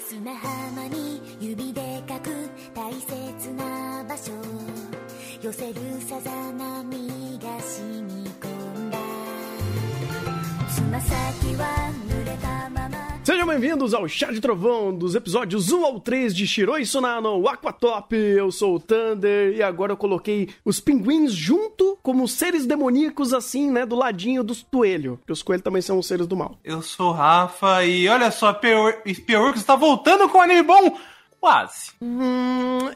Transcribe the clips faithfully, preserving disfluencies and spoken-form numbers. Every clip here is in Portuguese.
砂浜に指で書く大切な場所寄せるさざ波が染み込んだつま先は濡れたまま。 Sejam bem-vindos ao Chá de Trovão, dos episódios um ao três de Shiroi Suna no Aquatop. Eu sou o Thunder e agora eu coloquei os pinguins junto como seres demoníacos assim, né, do ladinho dos coelhos. Porque os coelhos também são os seres do mal. Eu sou o Rafa e olha só, Spearworks está voltando com um anime bom! Quase. Hum,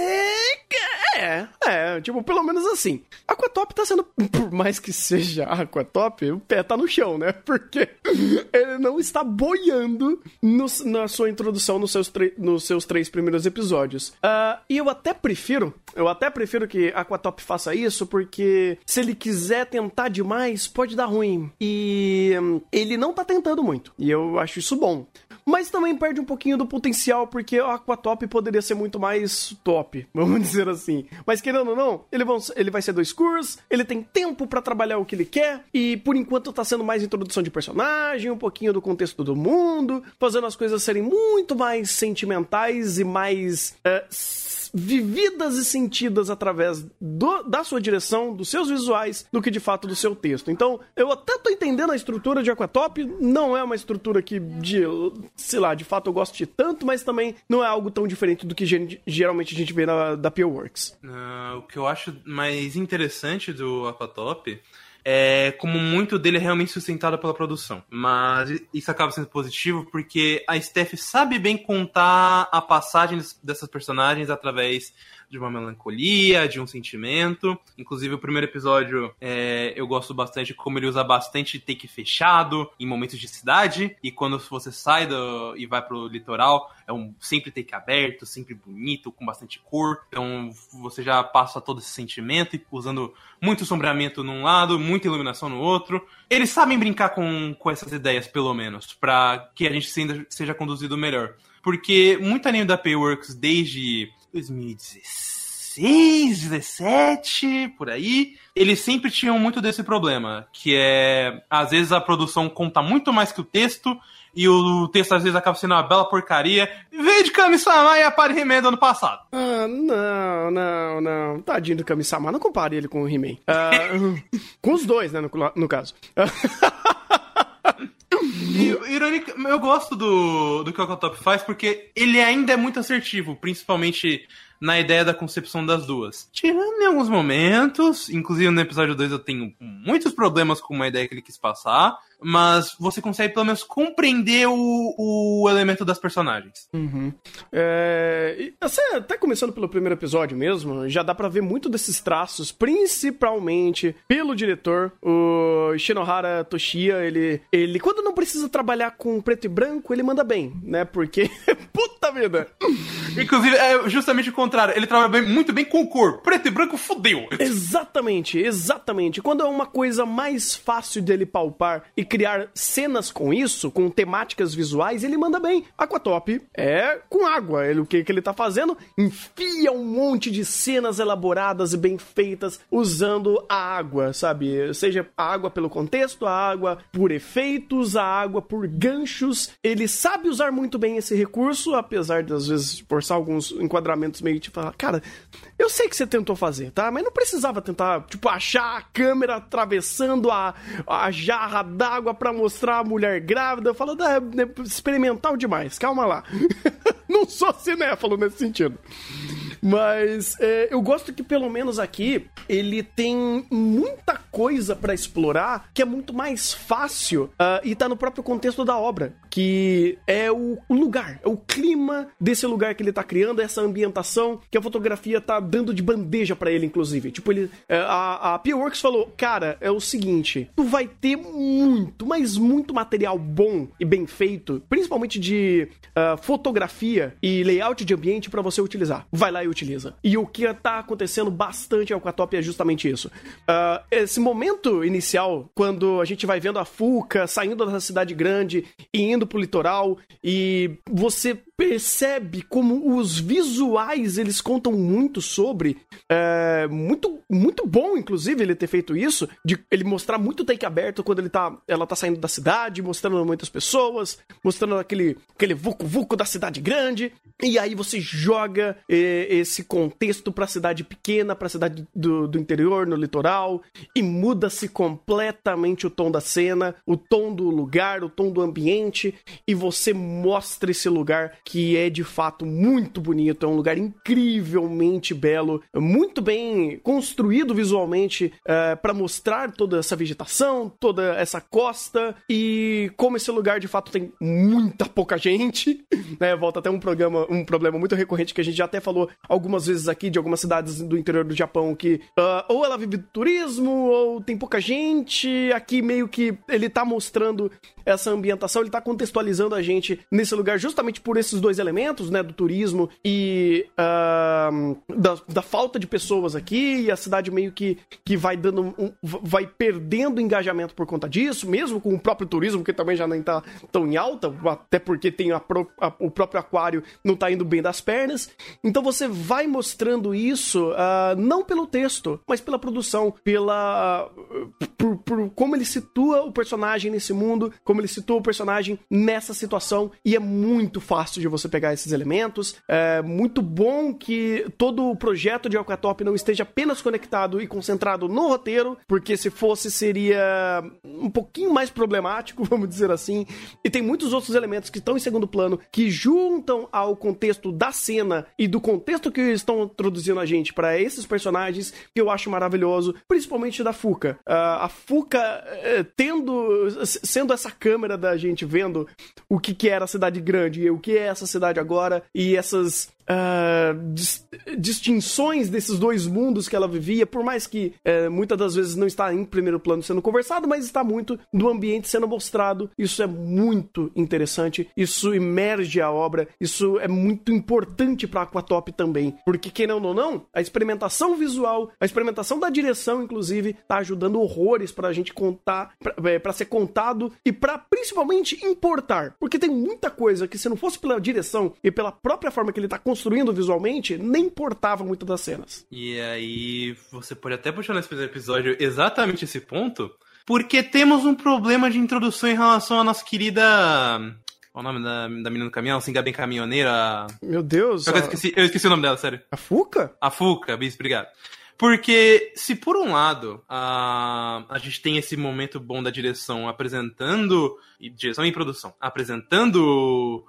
é, é, é, tipo, pelo menos assim. Aquatop tá sendo, por mais que seja Aquatop, o pé tá no chão, né? Porque ele não está boiando no, na sua introdução nos seus, nos seus três primeiros episódios. Uh, e eu até prefiro, eu até prefiro que Aquatop faça isso, porque se ele quiser tentar demais, pode dar ruim. E um, ele não tá tentando muito, e eu acho isso bom. Mas também perde um pouquinho do potencial, porque o Aquatop poderia ser muito mais top, vamos dizer assim. Mas querendo ou não, ele, vão, ele vai ser dois cursos, ele tem tempo pra trabalhar o que ele quer, e por enquanto tá sendo mais introdução de personagem, um pouquinho do contexto do mundo, fazendo as coisas serem muito mais sentimentais e mais uh, vividas e sentidas através do, da sua direção, dos seus visuais, do que de fato do seu texto. Então, eu até tô entendendo a estrutura de Aquatop, não é uma estrutura que, de, sei lá, de fato eu gosto de tanto, mas também não é algo tão diferente do que geralmente a gente vê na, da Spearworks. Uh, o que eu acho mais interessante do Aquatop é como muito dele é realmente sustentado pela produção. Mas isso acaba sendo positivo porque a Steph sabe bem contar a passagem dessas personagens através de uma melancolia, de um sentimento. Inclusive, o primeiro episódio, é, eu gosto bastante como ele usa bastante take fechado em momentos de cidade. E quando você sai do, e vai pro litoral, é um sempre take aberto, sempre bonito, com bastante cor. Então, você já passa todo esse sentimento, usando muito sombreamento num lado, muita iluminação no outro. Eles sabem brincar com, com essas ideias, pelo menos, pra que a gente seja, seja conduzido melhor. Porque muito anime da Spearworks, desde dois mil e dezesseis, dezessete, por aí, eles sempre tinham muito desse problema, que é, às vezes a produção conta muito mais que o texto, e o texto às vezes acaba sendo uma bela porcaria. Veio de Kami-sama e Apare He-Man do ano passado. Ah, não, não, não. Tadinho do Kami-sama, não compare ele com o He-Man. Uh, com os dois, né, no, no caso. Irônico, eu gosto do, do que o Aquatop faz porque ele ainda é muito assertivo, principalmente na ideia da concepção das duas. Tirando em alguns momentos, inclusive no episódio dois eu tenho muitos problemas com uma ideia que ele quis passar, mas você consegue pelo menos compreender o, o elemento das personagens. Uhum. É, assim, até começando pelo primeiro episódio mesmo, já dá pra ver muito desses traços, principalmente pelo diretor, o Shinohara Toshiya. Ele, ele, quando não precisa trabalhar com preto e branco, ele manda bem, né? Porque, puta vida! Inclusive, é justamente o contrário, ele trabalha bem, muito bem com cor. Preto e branco, fudeu! Exatamente, exatamente. Quando é uma coisa mais fácil dele palpar e criar cenas com isso, com temáticas visuais, ele manda bem. Aquatop é com água. Ele, o que, que ele tá fazendo? Enfia um monte de cenas elaboradas e bem feitas usando a água, sabe? Seja a água pelo contexto, a água por efeitos, a água por ganchos. Ele sabe usar muito bem esse recurso, apesar de às vezes forçar alguns enquadramentos meio tipo, cara, eu sei que você tentou fazer, tá? Mas não precisava tentar, tipo, achar a câmera atravessando a, a jarra d'água pra mostrar a mulher grávida. Eu falo, é, é experimental demais, calma lá. Não sou cinéfalo nesse sentido. Mas é, eu gosto que pelo menos aqui ele tem muita coisa pra explorar que é muito mais fácil uh, e tá no próprio contexto da obra, que é o, o lugar, é o clima desse lugar que ele tá criando, essa ambientação que a fotografia tá dando de bandeja pra ele, inclusive. Tipo, ele, a, a Spearworks falou, cara, é o seguinte, tu vai ter muito, mas muito material bom e bem feito, principalmente de uh, fotografia e layout de ambiente pra você utilizar. Vai lá e utiliza. E o que tá acontecendo bastante ao Aquatop é justamente isso. Uh, esse momento inicial, quando a gente vai vendo a Fuka saindo da cidade grande e indo pro litoral, e você percebe como os visuais, eles contam muito sobre, é, muito, muito bom, inclusive, ele ter feito isso, de ele mostrar muito take aberto quando ele tá, ela tá saindo da cidade, mostrando muitas pessoas, mostrando aquele, aquele vucu-vucu da cidade grande, e aí você joga é, esse contexto pra cidade pequena, pra cidade do, do interior, no litoral, e muda-se completamente o tom da cena, o tom do lugar, o tom do ambiente, e você mostra esse lugar que é de fato muito bonito, é um lugar incrivelmente belo, muito bem construído visualmente uh, para mostrar toda essa vegetação, toda essa costa, e como esse lugar de fato tem muita pouca gente, né? Volta até um programa, um problema muito recorrente que a gente já até falou algumas vezes aqui de algumas cidades do interior do Japão que uh, ou ela vive do turismo ou tem pouca gente. Aqui meio que ele tá mostrando essa ambientação, ele tá contextualizando a gente nesse lugar justamente por esses dois elementos, né, do turismo e uh, da, da falta de pessoas aqui, e a cidade meio que, que vai dando um, vai perdendo engajamento por conta disso, mesmo com o próprio turismo, que também já nem tá tão em alta, até porque tem a pro, a, o próprio aquário não tá indo bem das pernas. Então você vai mostrando isso uh, não pelo texto, mas pela produção, pela uh, por, por como ele situa o personagem nesse mundo, como ele situa o personagem nessa situação, e é muito fácil de você pegar esses elementos. É muito bom que todo o projeto de Aquatop não esteja apenas conectado e concentrado no roteiro, porque se fosse seria um pouquinho mais problemático, vamos dizer assim, e tem muitos outros elementos que estão em segundo plano, que juntam ao contexto da cena e do contexto que estão introduzindo a gente para esses personagens, que eu acho maravilhoso, principalmente da Fuka. Uh, a Fuka uh, tendo, sendo essa câmera da gente vendo o que, que era a cidade grande e o que é essa cidade agora, e essas Uh, dis- distinções desses dois mundos que ela vivia, por mais que uh, muitas das vezes não está em primeiro plano sendo conversado, mas está muito do ambiente sendo mostrado. Isso é muito interessante, isso emerge a obra, isso é muito importante para Aquatop também, porque querendo ou não, a experimentação visual, a experimentação da direção, inclusive, tá ajudando horrores pra gente contar, pra, é, pra ser contado e pra principalmente importar, porque tem muita coisa que se não fosse pela direção e pela própria forma que ele tá construindo construindo visualmente, nem importava muito das cenas. E aí, você pode até puxar nesse episódio exatamente esse ponto, porque temos um problema de introdução em relação à nossa querida... Qual o nome da, da menina do caminhão? Singa bem caminhoneira? Meu Deus. Eu, a... esqueci, eu esqueci o nome dela, sério. A Fuka? A Fuka, bis, obrigado. Porque se por um lado a, a gente tem esse momento bom da direção apresentando, e direção e produção, apresentando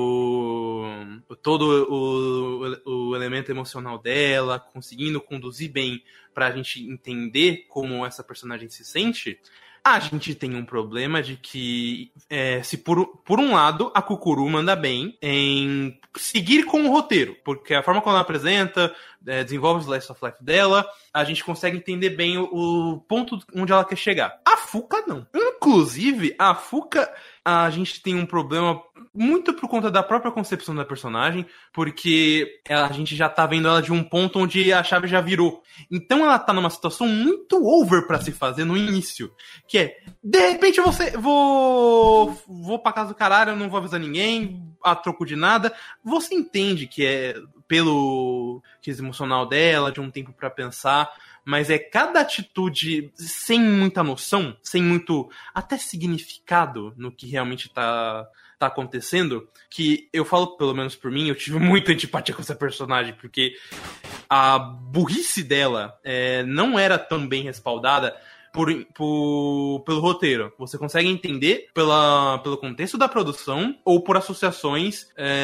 o, o todo o, o elemento emocional dela, conseguindo conduzir bem pra gente entender como essa personagem se sente, a gente tem um problema de que, é, se por, por um lado, a Kukuru manda bem em seguir com o roteiro, porque a forma como ela apresenta, é, desenvolve o slice of life dela, a gente consegue entender bem o, o ponto onde ela quer chegar. A Fuka não. Inclusive, a Fuka, a gente tem um problema muito por conta da própria concepção da personagem, porque ela, a gente já tá vendo ela de um ponto onde a chave já virou. Então ela tá numa situação muito over pra se fazer no início, que é, de repente você, vou vou pra casa do caralho, eu não vou avisar ninguém, a troco de nada. Você entende que é pelo quis emocional dela, de um tempo pra pensar, mas é cada atitude sem muita noção, sem muito até significado no que realmente tá, tá acontecendo, que eu falo, pelo menos por mim, eu tive muita antipatia com essa personagem, porque a burrice dela é, não era tão bem respaldada por, por, pelo roteiro. Você consegue entender pela, pelo contexto da produção ou por associações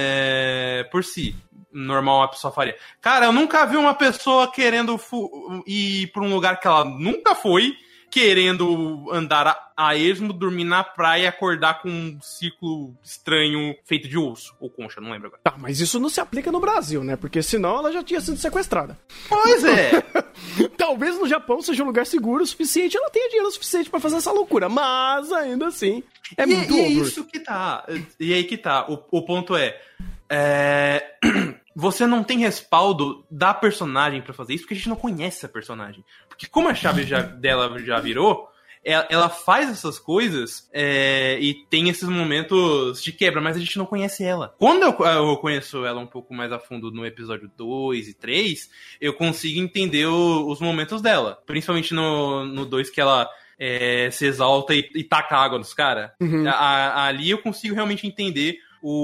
é, por si. Normal a pessoa faria. Cara, eu nunca vi uma pessoa querendo fu- ir pra um lugar que ela nunca foi, querendo andar a, a esmo, dormir na praia e acordar com um ciclo estranho feito de osso ou concha, não lembro agora. Tá, mas isso não se aplica no Brasil, né? Porque senão ela já tinha sido sequestrada. Pois é! Talvez no Japão seja um lugar seguro o suficiente, ela tenha dinheiro suficiente pra fazer essa loucura, mas ainda assim é e, muito e é over. isso que tá. E aí que tá. O, o ponto é... é... Você não tem respaldo da personagem pra fazer isso, porque a gente não conhece a personagem. Porque como a chave já, dela já virou, ela, ela faz essas coisas é, e tem esses momentos de quebra, mas a gente não conhece ela. Quando eu, eu conheço ela um pouco mais a fundo no episódio dois e três, eu consigo entender o, os momentos dela. Principalmente no, no dois, que ela é, se exalta e, e taca água nos caras. Uhum. Ali eu consigo realmente entender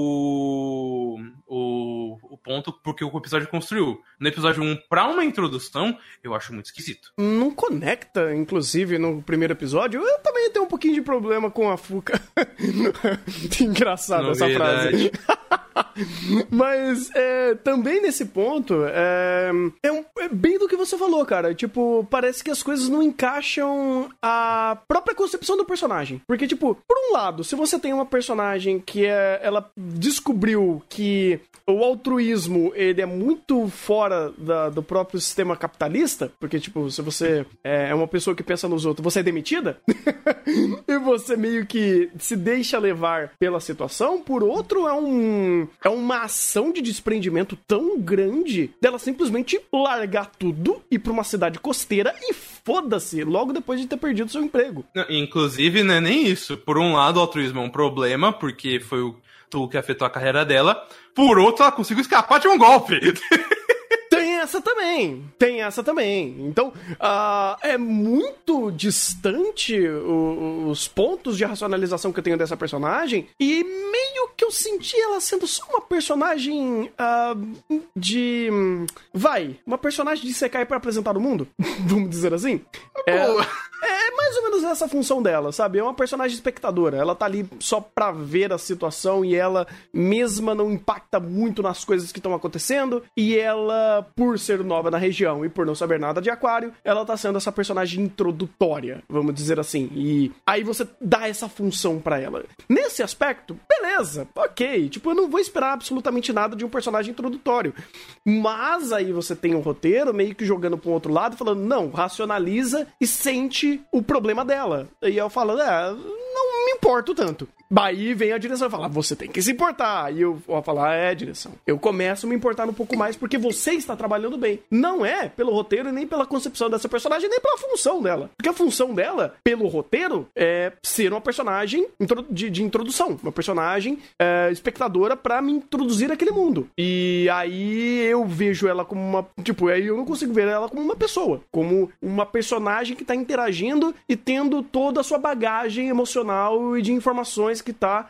O, o, o ponto porque o episódio construiu. No episódio um, pra uma introdução, eu acho muito esquisito. Não conecta, inclusive, no primeiro episódio. Eu também tenho um pouquinho de problema com a Fuka. Engraçada essa frase. Mas é, também nesse ponto é, é, um, é bem do que você falou, cara. Tipo, parece que as coisas não encaixam a própria concepção do personagem. Porque, tipo, por um lado, se você tem uma personagem que é, ela descobriu que o altruísmo, ele é muito fora da, do próprio sistema capitalista, porque, tipo, se você é uma pessoa que pensa nos outros, você é demitida, e você meio que se deixa levar pela situação. Por outro, é um é uma ação de desprendimento tão grande dela simplesmente largar tudo, ir pra uma cidade costeira e foda-se, logo depois de ter perdido seu emprego. Não, inclusive, não é nem isso. Por um lado, o altruísmo é um problema, porque foi o tudo que afetou a carreira dela. Por outro, ela conseguiu escapar de um golpe. Tem essa também, tem essa também. Então, uh, é muito distante o, os pontos de racionalização que eu tenho dessa personagem, e meio que eu senti ela sendo só uma personagem uh, de... Vai, uma personagem de Isekai pra apresentar o mundo, vamos dizer assim. É, é mais ou menos essa função dela, sabe? É uma personagem espectadora, ela tá ali só pra ver a situação, e ela mesma não impacta muito nas coisas que estão acontecendo, e ela, por ser nova na região e por não saber nada de Aquário, ela tá sendo essa personagem introdutória, vamos dizer assim, e aí você dá essa função pra ela. Nesse aspecto, beleza, ok, tipo, eu não vou esperar absolutamente nada de um personagem introdutório, mas aí você tem um roteiro meio que jogando pro outro lado, falando, não, racionaliza e sente o problema dela. E eu falo, é, não me importo tanto. Daí vem a direção e fala, você tem que se importar. E eu vou falar, é, direção, eu começo a me importar um pouco mais porque você está trabalhando bem. Não é pelo roteiro e nem pela concepção dessa personagem, nem pela função dela. Porque a função dela, pelo roteiro, é ser uma personagem de, de introdução. Uma personagem é, espectadora pra me introduzir aquele mundo. E aí eu vejo ela como uma... Tipo, aí eu não consigo ver ela como uma pessoa. Como uma personagem que tá interagindo e tendo toda a sua bagagem emocional e de informações que tá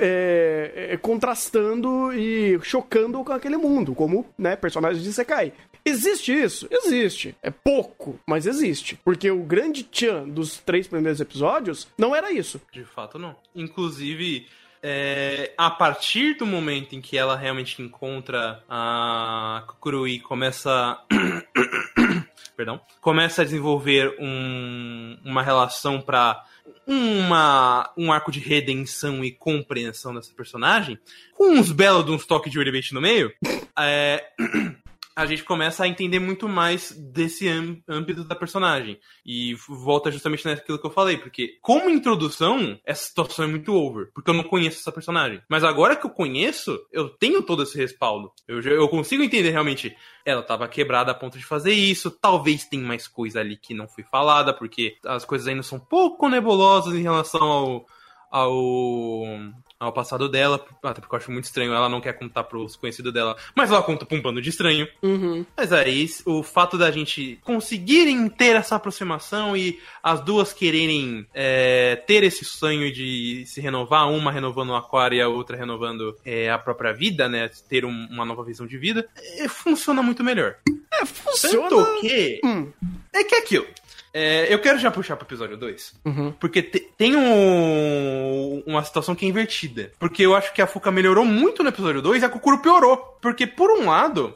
é, é, contrastando e chocando com aquele mundo, como, né, personagens de Isekai. Existe isso? Existe. É pouco, mas existe. Porque o grande tchan dos três primeiros episódios não era isso. De fato, não. Inclusive, é, a partir do momento em que ela realmente encontra a Kukuru e começa... Perdão. Começa a desenvolver um, uma relação pra... Uma, um arco de redenção e compreensão dessa personagem, com uns belos de uns toques de Uribete no meio, é, a gente começa a entender muito mais desse âmbito da personagem. E volta justamente naquilo que eu falei, porque como introdução, essa situação é muito over, porque eu não conheço essa personagem. Mas agora que eu conheço, eu tenho todo esse respaldo. Eu, eu consigo entender realmente, ela estava quebrada a ponto de fazer isso, talvez tenha mais coisa ali que não foi falada, porque as coisas ainda são um pouco nebulosas em relação ao... ao... ao passado dela, até porque eu acho muito estranho, ela não quer contar pros conhecidos dela, mas ela conta pra um bando de estranho. Uhum. Mas aí, o fato da gente conseguirem ter essa aproximação e as duas quererem é, ter esse sonho de se renovar, uma renovando o aquário e a outra renovando é, a própria vida, né, ter um, uma nova visão de vida, é, funciona muito melhor. É, funciona... Tanto que... Hum. É que é aquilo. É, eu quero já puxar pro episódio dois, uhum. porque te, tem um, uma situação que é invertida. Porque eu acho que a Fuka melhorou muito no episódio dois e a Kukuru piorou. Porque, por um lado,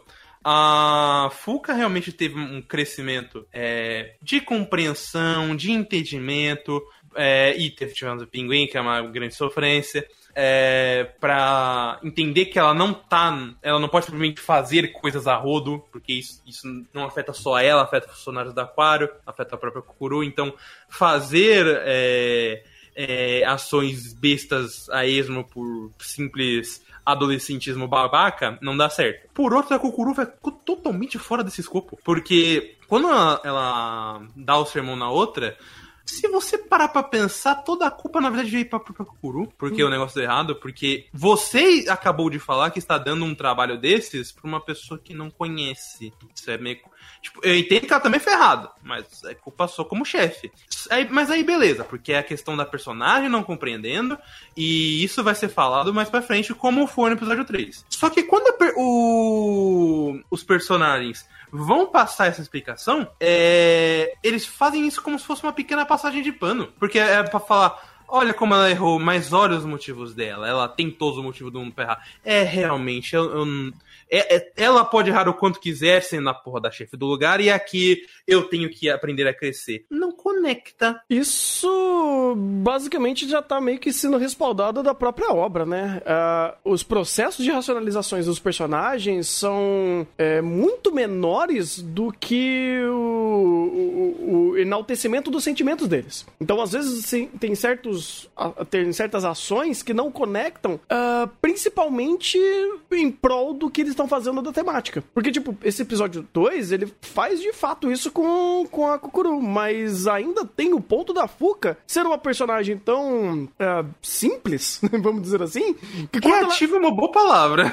a Fuka realmente teve um crescimento é, de compreensão, de entendimento, é, e teve tivemos o Pinguim, que é uma grande sofrência. É, pra entender que ela não tá, ela não pode simplesmente fazer coisas a rodo, porque isso, isso não afeta só ela, afeta os funcionários do aquário, afeta a própria Kukuru. Então fazer é, é, ações bestas a esmo por simples adolescentismo babaca não dá certo. Por outro, a Kukuru ficou totalmente fora desse escopo, porque quando ela, ela dá o sermão na outra, Se você parar pra pensar, toda a culpa, na verdade, veio pra própria Kukuru, porque hum. o negócio deu errado, porque você acabou de falar que está dando um trabalho desses pra uma pessoa que não conhece. Isso é meio... Tipo, eu entendo que ela também foi errada, mas é culpa sua como chefe. Aí, mas aí, beleza, porque é a questão da personagem não compreendendo, e isso vai ser falado mais pra frente, como foi no episódio três. Só que quando a, o, os personagens vão passar essa explicação, é, eles fazem isso como se fosse uma pequena passagem de pano. Porque é pra falar, olha como ela errou, mas olha os motivos dela. Ela tem todos os motivos do mundo pra errar. É, realmente, eu, eu, é, é, ela pode errar o quanto quiser sendo a porra da chefe do lugar, e aqui eu tenho que aprender a crescer. Não conecta. Isso basicamente já tá meio que sendo respaldado da própria obra, né? Uh, os processos de racionalizações dos personagens são é, muito menores do que o, o, o enaltecimento dos sentimentos deles. Então, às vezes, sim, tem, certos, tem certas ações que não conectam, uh, principalmente em prol do que eles estão fazendo da temática. Porque, tipo, esse episódio dois, ele faz de fato isso com, com a Kukuru, mas ainda tem o ponto da Fuka ser uma personagem tão uh, simples, vamos dizer assim, que reativa ela... é uma boa palavra.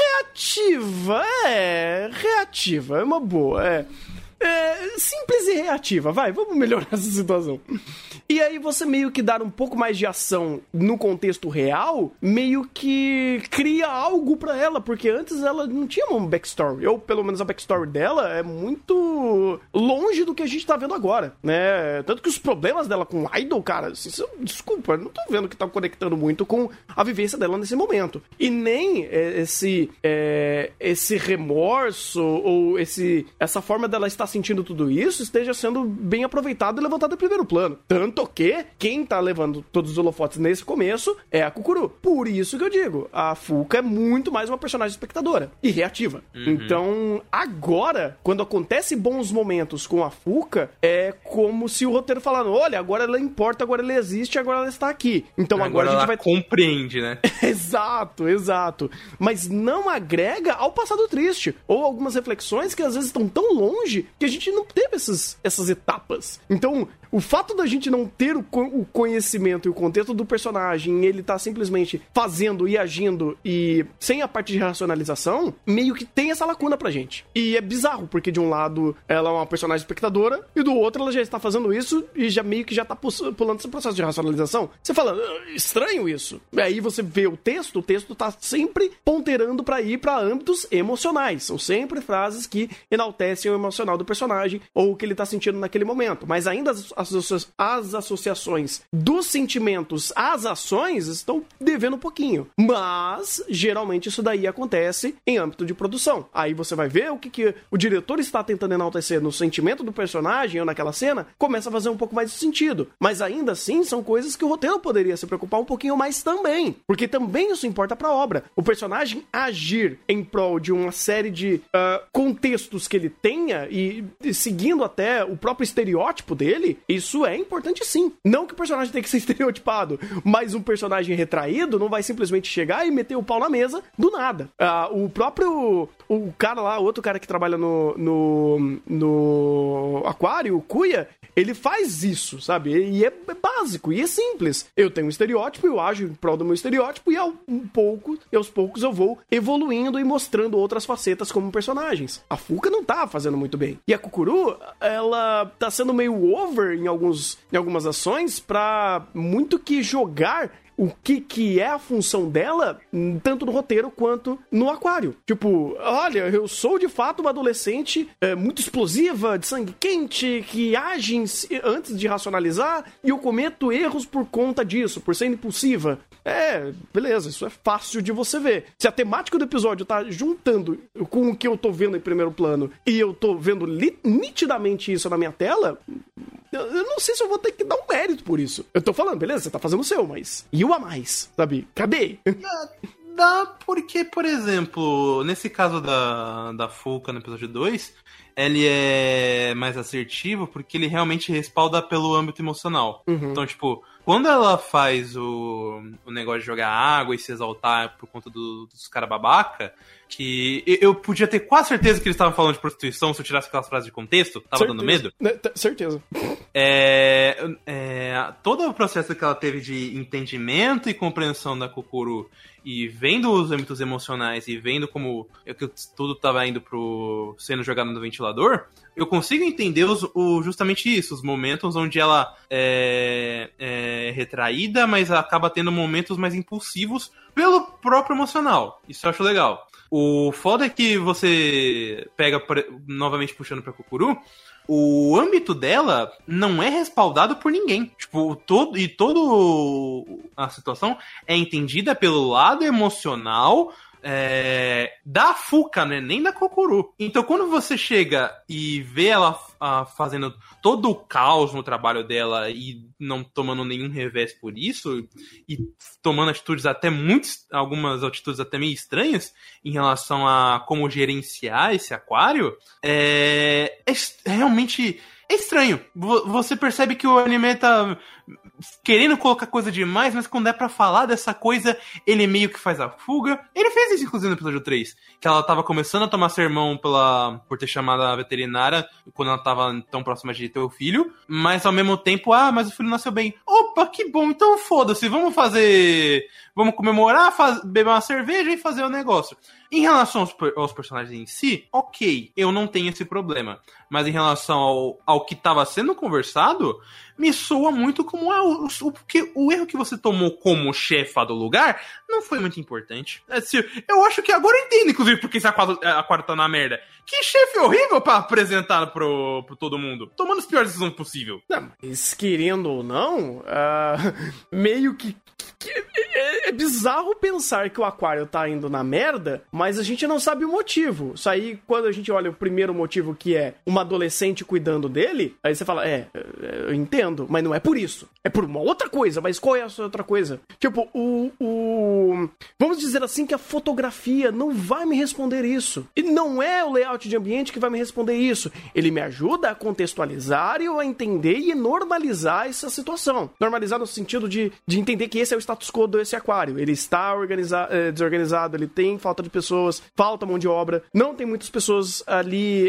Reativa, é. Reativa, é uma boa, é. É, simples e reativa, vai, vamos melhorar essa situação. E aí você meio que dar um pouco mais de ação no contexto real, meio que cria algo pra ela, porque antes ela não tinha uma backstory, ou pelo menos a backstory dela é muito longe do que a gente tá vendo agora, né? Tanto que os problemas dela com o Idol, cara, assim, desculpa, não tô vendo que tá conectando muito com a vivência dela nesse momento. E nem esse, é, esse remorso, ou esse, essa forma dela estar sentindo tudo isso, esteja sendo bem aproveitado e levantado em primeiro plano. Tanto que quem tá levando todos os holofotes nesse começo é a Kukuru. Por isso que eu digo, a Fuka é muito mais uma personagem espectadora e reativa. Uhum. Então, agora, quando acontece bons momentos com a Fuka, é como se o roteiro falando, olha, agora ela importa, agora ela existe, agora ela está aqui. Então agora, agora a gente ela vai... compreende, né? Exato, exato. Mas não agrega ao passado triste. Ou algumas reflexões que às vezes estão tão longe que a gente não teve essas, essas etapas. Então, o fato da gente não ter o, o conhecimento e o contexto do personagem, ele tá simplesmente fazendo e agindo e sem a parte de racionalização, meio que tem essa lacuna pra gente. E é bizarro, porque de um lado ela é uma personagem espectadora e do outro ela já está fazendo isso e já meio que já tá pulando esse processo de racionalização. Você fala, estranho isso. E aí você vê o texto, o texto tá sempre ponderando pra ir pra âmbitos emocionais. São sempre frases que enaltecem o emocional do personagem ou o que ele tá sentindo naquele momento. Mas ainda as, as, as associações dos sentimentos às ações estão devendo um pouquinho. Mas, geralmente, isso daí acontece em âmbito de produção. Aí você vai ver o que, que o diretor está tentando enaltecer no sentimento do personagem ou naquela cena, começa a fazer um pouco mais de sentido. Mas ainda assim, são coisas que o roteiro poderia se preocupar um pouquinho mais também. Porque também isso importa pra obra. O personagem agir em prol de uma série de uh, contextos que ele tenha e, e seguindo até o próprio estereótipo dele, isso é importante sim. Não que o personagem tenha que ser estereotipado, mas um personagem retraído não vai simplesmente chegar e meter o pau na mesa do nada. Uh, o próprio... O cara lá, outro cara que trabalha no, no, no Aquário, o Kuya, ele faz isso, sabe? E é básico, e é simples. Eu tenho um estereótipo, eu ajo em prol do meu estereótipo, e ao um pouco, e aos poucos eu vou evoluindo e mostrando outras facetas como personagens. A Fuka não tá fazendo muito bem. E a Kukuru, ela tá sendo meio over em, alguns, em algumas ações pra muito que jogar o que, que é a função dela, tanto no roteiro quanto no Aquário. Tipo, olha, eu sou de fato uma adolescente é, muito explosiva, de sangue quente, que age antes de racionalizar, e eu cometo erros por conta disso, por ser impulsiva. É, beleza, isso é fácil de você ver. Se a temática do episódio tá juntando com o que eu tô vendo em primeiro plano, e eu tô vendo nitidamente isso na minha tela, eu não sei se eu vou ter que dar um mérito por isso. Eu tô falando, beleza, você tá fazendo o seu, mas... E o a mais, sabe? Cadê? Dá, dá porque, por exemplo, nesse caso da, da Fuka no episódio dois, ele é mais assertivo porque ele realmente respalda pelo âmbito emocional. Uhum. Então, tipo... Quando ela faz o, o negócio de jogar água e se exaltar por conta do, dos caras babaca, que eu podia ter quase certeza que eles estavam falando de prostituição se eu tirasse aquelas frases de contexto, tava certeza. dando medo. Certeza. É, é, todo o processo que ela teve de entendimento e compreensão da Kokoro e vendo os âmbitos emocionais e vendo como que tudo estava indo pro sendo jogado no ventilador, eu consigo entender os, o, justamente isso, os momentos onde ela é, é retraída, mas acaba tendo momentos mais impulsivos pelo próprio emocional. Isso eu acho legal. O foda é que você pega, novamente puxando pra Kokoro, o âmbito dela não é respaldado por ninguém. Tipo, todo, e toda a situação é entendida pelo lado emocional é, da Fuka, né? Nem da Kokoro. Então, quando você chega e vê ela a, fazendo todo o caos no trabalho dela e não tomando nenhum revés por isso, e tomando atitudes até muito, algumas atitudes até meio estranhas em relação a como gerenciar esse aquário, é, é realmente é estranho. Você percebe que o anime tá querendo colocar coisa demais, mas quando é pra falar dessa coisa, ele meio que faz a fuga. Ele fez isso, inclusive, no episódio três. Que ela tava começando a tomar sermão pela, por ter chamado a veterinária quando ela tava tão próxima de ter o filho. Mas, ao mesmo tempo, ah, mas o filho nasceu bem. Opa, que bom, então foda-se. Vamos fazer... Vamos comemorar, faz, beber uma cerveja e fazer o negócio. Em relação aos, aos personagens em si, ok, eu não tenho esse problema. Mas em relação ao, ao que estava sendo conversado, me soa muito como ah, o, o, porque o erro que você tomou como chefa do lugar não foi muito importante. Assim, eu acho que agora eu entendo, inclusive, porque esse aquário, aquário tá na merda. Que chefe horrível pra apresentar pro, pro todo mundo. Tomando as piores decisões possível. Não, mas querendo ou não, uh, meio que... que é, é bizarro pensar que o aquário tá indo na merda, mas a gente não sabe o motivo. Isso aí, quando a gente olha o primeiro motivo, que é uma adolescente cuidando dele, aí você fala, é, eu entendo, mas não é por isso. É por uma outra coisa, mas qual é essa outra coisa? Tipo, o... o... vamos dizer assim que a fotografia não vai me responder isso. E não é o layout de ambiente que vai me responder isso. Ele me ajuda a contextualizar e a entender e normalizar essa situação. Normalizar no sentido de, de entender que esse é o status quo desse aquário. Ele está organiza- é, desorganizado, ele tem falta de pessoas, falta mão de obra, não tem muitas pessoas ali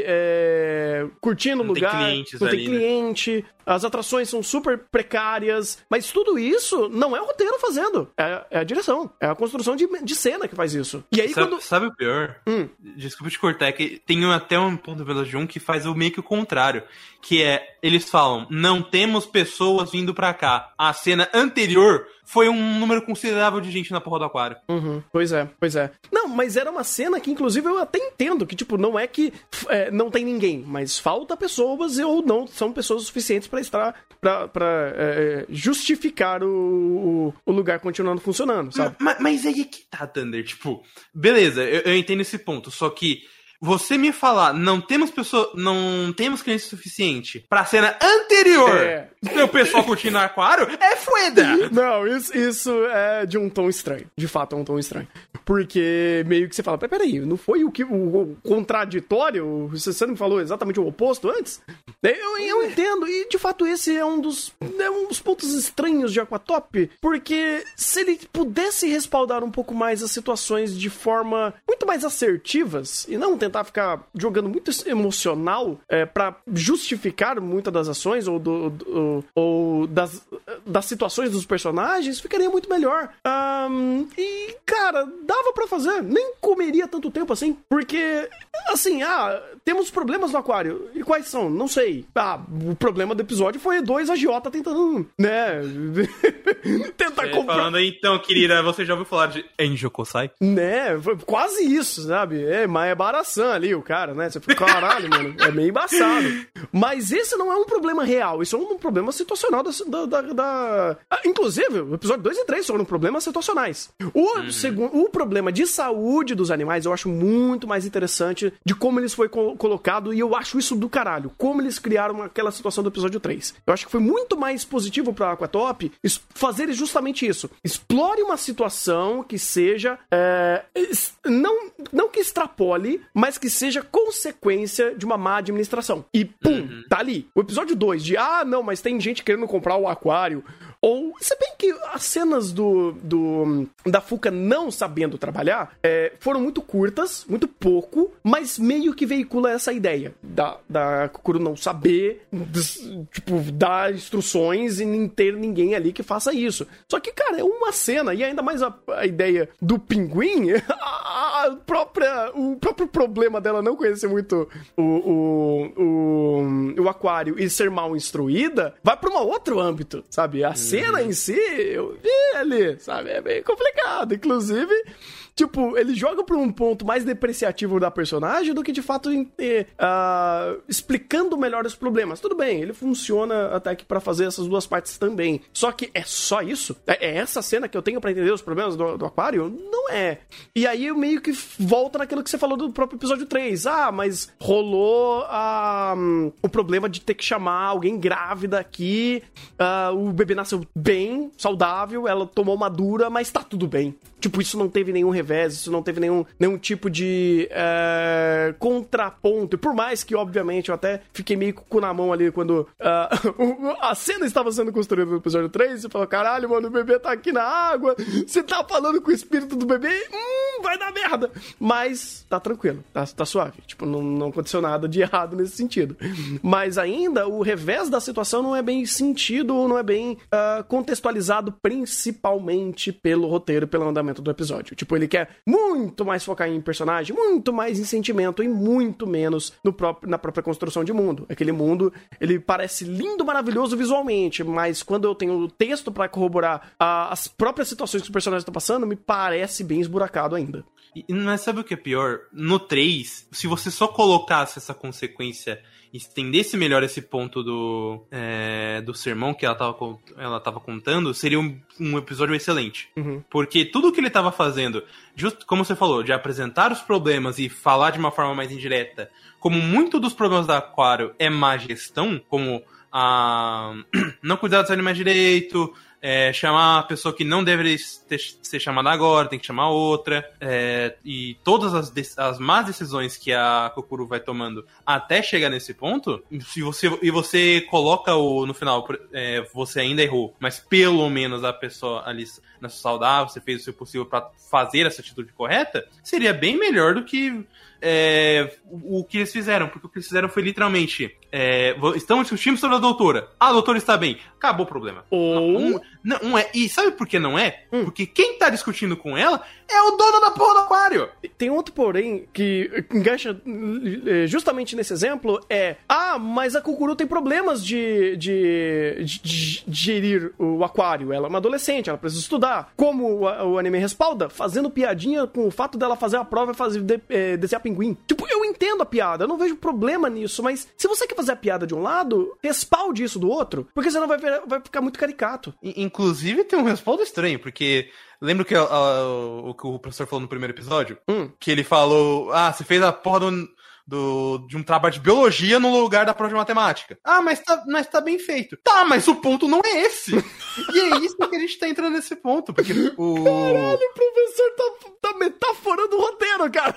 é, curtindo o lugar, tem clientes não ali, tem cliente, né? As atrações são super precárias, mas tudo isso não é o roteiro fazendo, é, é a direção, é a construção de, de cena que faz isso. E aí sabe, quando... sabe o pior? Hum. Desculpa te cortar, é que tem até um ponto do episódio um que faz o meio que o contrário, que é, eles falam, não temos pessoas vindo pra cá. A cena anterior foi um número considerável de gente na porra do aquário. Uhum, pois é, pois é. Não, mas era uma cena que, inclusive, eu até entendo que, tipo, não é que é, não tem ninguém, mas falta pessoas ou não são pessoas suficientes pra estar, pra, pra é, justificar o, o, o lugar continuando funcionando, sabe? Mas, mas aí é que tá, Thunder, tipo, beleza, eu, eu entendo esse ponto, só que você me falar, não temos pessoa, não temos cliente suficiente pra cena anterior é. o pessoal curtindo aquário, é fueda! Não, isso, isso é de um tom estranho. De fato, é um tom estranho. Porque meio que você fala, peraí, não foi o que o, o contraditório? Você não me falou exatamente o oposto antes? Eu, eu entendo, e de fato esse é um dos, é um dos pontos estranhos de Aquatop, porque se ele pudesse respaldar um pouco mais as situações de forma muito mais assertivas, e não tentar ficar jogando muito emocional é, pra justificar muitas das ações ou, do, do, ou das, das situações dos personagens, ficaria muito melhor. Um, e, cara, dava pra fazer, nem comeria tanto tempo assim, porque, assim, ah, temos problemas no aquário, e quais são? Não sei. Ah, o problema do episódio foi dois agiota tentando, né, tentar é, comprar... Falando aí, então, querida, você já ouviu falar de Enjokosai? Né, foi quase isso, sabe? É, mas é baraçã ali, o cara, né? Você fica, caralho, mano, é meio embaçado. Mas esse não é um problema real, isso é um problema situacional da... da, da, da... Ah, inclusive, o episódio dois e três foram problemas situacionais. O, uhum. segundo, o problema de saúde dos animais eu acho muito mais interessante de como eles foi co- colocado, e eu acho isso do caralho, como eles criaram aquela situação do episódio três. Eu acho que foi muito mais positivo pra Aquatop fazer justamente isso. Explore uma situação que seja é, não, não que extrapole, mas que seja consequência de uma má administração. E pum, uhum. tá ali. O episódio dois de, ah, não, mas tem gente querendo comprar o aquário. Ou, se bem que a, cenas do, do da Fuka não sabendo trabalhar é, foram muito curtas, muito pouco, mas meio que veicula essa ideia da, da Kukuro não saber, des, tipo, dar instruções e nem ter ninguém ali que faça isso. Só que, cara, é uma cena, e ainda mais a, a ideia do pinguim, a, a própria, o próprio problema dela não conhecer muito o, o, o, o aquário e ser mal instruída, vai pra um outro âmbito, sabe? A uhum. cena em si, eu vi ali, sabe? É bem complicado. Inclusive, tipo, ele joga pra um ponto mais depreciativo da personagem do que, de fato, eh, uh, explicando melhor os problemas. Tudo bem, ele funciona até que pra fazer essas duas partes também. Só que é só isso? É, é essa cena que eu tenho pra entender os problemas do, do aquário? Não é. E aí eu meio que volto naquilo que você falou do próprio episódio três. Ah, mas rolou uh, um, o problema de ter que chamar alguém grávida aqui. Uh, o bebê nasceu bem, saudável, ela tomou uma dura, mas tá tudo bem. Tipo, isso não teve nenhum revés, isso não teve nenhum, nenhum tipo de é, contraponto. E por mais que, obviamente, eu até fiquei meio com o cu na mão ali quando uh, a cena estava sendo construída no episódio três, você falou, caralho, mano, o bebê tá aqui na água, você tá falando com o espírito do bebê, hum, vai dar merda. Mas tá tranquilo, tá, tá suave. Tipo, não, não aconteceu nada de errado nesse sentido. Mas ainda, o revés da situação não é bem sentido, não é bem uh, contextualizado, principalmente pelo roteiro, pelo andamento do episódio. Tipo, ele quer muito mais focar em personagem, muito mais em sentimento e muito menos no próprio, na própria construção de mundo. Aquele mundo, ele parece lindo, maravilhoso visualmente, mas quando eu tenho o texto pra corroborar a, as próprias situações que os personagens estão passando, me parece bem esburacado ainda. E, mas sabe o que é pior? No três, se você só colocasse essa consequência, estendesse melhor esse ponto do, é, do sermão que ela tava, ela tava contando, seria um, um episódio excelente. Uhum. Porque tudo que ele tava fazendo, justo como você falou, de apresentar os problemas e falar de uma forma mais indireta, como muito dos problemas da Aquário é má gestão, como a não cuidar dos animais direito, É, chamar a pessoa que não deveria ter, ser chamada agora, tem que chamar outra, é, e todas as, as más decisões que a Kukuro vai tomando até chegar nesse ponto, se você, e você coloca o, no final, é, você ainda errou, mas pelo menos a pessoa ali na sua saudável, você fez o seu possível para fazer essa atitude correta, seria bem melhor do que é, o, o que eles fizeram, porque o que eles fizeram foi literalmente é, estamos discutindo sobre a doutora, a doutora está bem, acabou o problema. Ou... Um, não, não é. E sabe por que não é? Hum. Porque quem tá discutindo com ela é o dono da porra do aquário. Tem outro porém que engancha justamente nesse exemplo, é ah, mas a Kukuro tem problemas de, de, de, de gerir o aquário, ela é uma adolescente, ela precisa estudar. Como o, o anime respalda? Fazendo piadinha com o fato dela fazer a prova e fazer, de, é, desenhar pinguim. Tipo, eu entendo a piada, eu não vejo problema nisso, mas se você quer fazer a piada de um lado, respalde isso do outro, porque senão vai, vai ficar muito caricato. Inclusive tem um respaldo estranho, porque lembra que a, a, o que o professor falou no primeiro episódio? Hum. Que ele falou, ah, você fez a porra do, do, de um trabalho de biologia no lugar da prova de matemática. Ah, mas tá, mas tá bem feito. Tá, mas o ponto não é esse. E é isso que a gente tá entrando nesse ponto, porque o... Caralho, o professor tá, tá metaforando o roteiro, cara.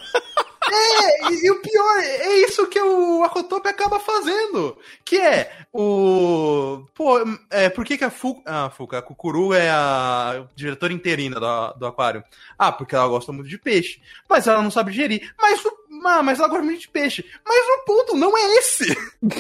É, e, e o pior, é isso que o Aquatope acaba fazendo. Que é o... Pô, é, por que que a Fuka... Ah, Fuka, a Kukuro é a diretora interina do, do aquário? Ah, porque ela gosta muito de peixe. Mas ela não sabe gerir. Mas, ah, mas ela gosta muito de peixe. Mas o ponto não é esse.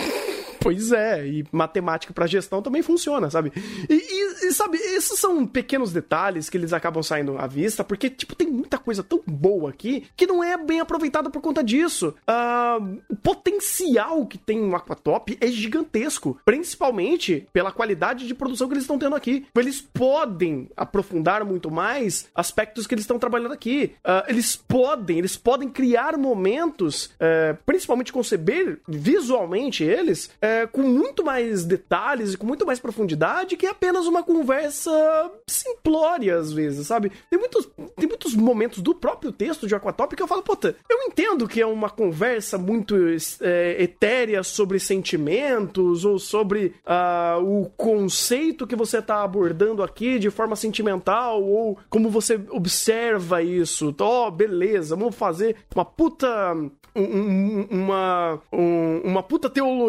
Pois é, e matemática pra gestão também funciona, sabe? E, e, e, sabe, esses são pequenos detalhes que eles acabam saindo à vista, porque, tipo, tem muita coisa tão boa aqui que não é bem aproveitada por conta disso. Uh, o potencial que tem no Aquatop é gigantesco, principalmente pela qualidade de produção que eles estão tendo aqui. Eles podem aprofundar muito mais aspectos que eles estão trabalhando aqui. Uh, eles podem, eles podem criar momentos, uh, principalmente conceber visualmente eles, uh, com muito mais detalhes e com muito mais profundidade que apenas uma conversa simplória, às vezes, sabe? Tem muitos, tem muitos momentos do próprio texto de Aquatop que eu falo, puta, eu entendo que é uma conversa muito é, etérea sobre sentimentos ou sobre uh, o conceito que você tá abordando aqui de forma sentimental ou como você observa isso. Ó, oh, beleza, vamos fazer uma puta... Um, uma, um, uma puta teologia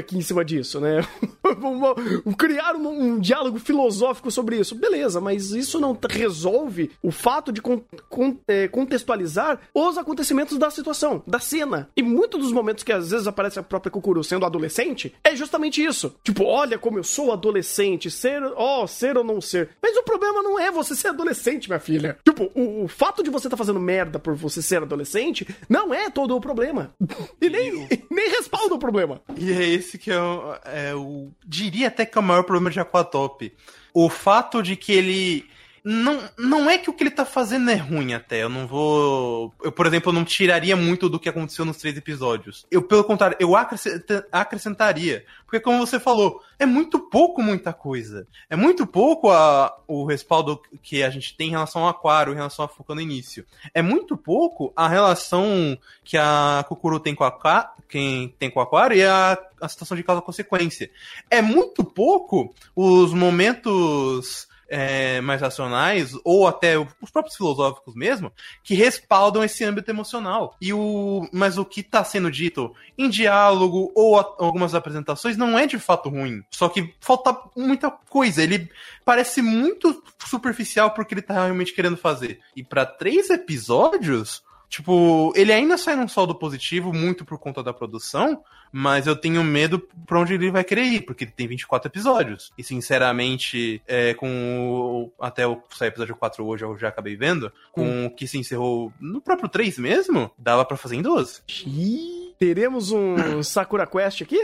aqui em cima disso, né? Vamos criar um, um diálogo filosófico sobre isso. Beleza, mas isso não resolve o fato de con- con- é, contextualizar os acontecimentos da situação, da cena. E muitos dos momentos que às vezes aparece a própria Kukuru sendo adolescente, é justamente isso. Tipo, olha como eu sou adolescente, ser, ó, oh, ser ou não ser. Mas o problema não é você ser adolescente, minha filha. Tipo, o, o fato de você estar tá fazendo merda por você ser adolescente não é todo o problema. E nem, e nem respalda o problema. E é esse que é o, é o... diria até que é o maior problema de Aquatop. O fato de que ele... Não, não é que o que ele tá fazendo é ruim até, eu não vou... Eu, por exemplo, não tiraria muito do que aconteceu nos três episódios. Eu, pelo contrário, eu acrescenta, acrescentaria. Porque, como você falou, é muito pouco muita coisa. É muito pouco a, o respaldo que a gente tem em relação ao Aquário, em relação a Fuka no início. É muito pouco a relação que a Kukuru tem com, a, quem tem com o Aquário e a, a situação de causa-consequência. É muito pouco os momentos... É, mais racionais, ou até os próprios filosóficos mesmo, que respaldam esse âmbito emocional. E o, mas o que está sendo dito em diálogo ou a, algumas apresentações não é de fato ruim. Só que falta muita coisa. Ele parece muito superficial porque ele está realmente querendo fazer. E para três episódios... Tipo, ele ainda sai num saldo positivo, muito por conta da produção, mas eu tenho medo pra onde ele vai querer ir, porque ele tem vinte e quatro episódios. E, sinceramente, é, com o, até o sair episódio quatro hoje, eu já acabei vendo, com hum. o que se encerrou no próprio três mesmo, dava pra fazer em doze. Xiii, teremos um Sakura Quest aqui?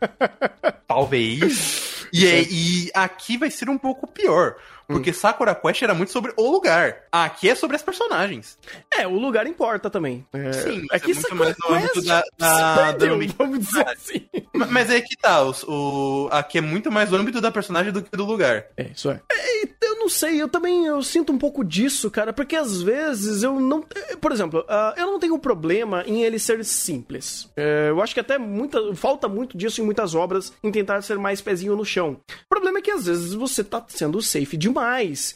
Talvez. E, é, e aqui vai ser um pouco pior. Porque hum. Sakura Quest era muito sobre o lugar. Aqui é sobre as personagens. É, o lugar importa também. É, Sim, é que é muito Sakura mais no âmbito da, da, da vamos dizer assim. Mas é que tá, o, o, aqui é muito mais o âmbito da personagem do que do lugar. É, isso é. é. Eu não sei, eu também eu sinto um pouco disso, cara, porque às vezes eu não... Por exemplo, uh, eu não tenho problema em ele ser simples. Uh, eu acho que até muita, falta muito disso em muitas obras, em tentar ser mais pezinho no chão. O problema é que às vezes você tá sendo safe demais.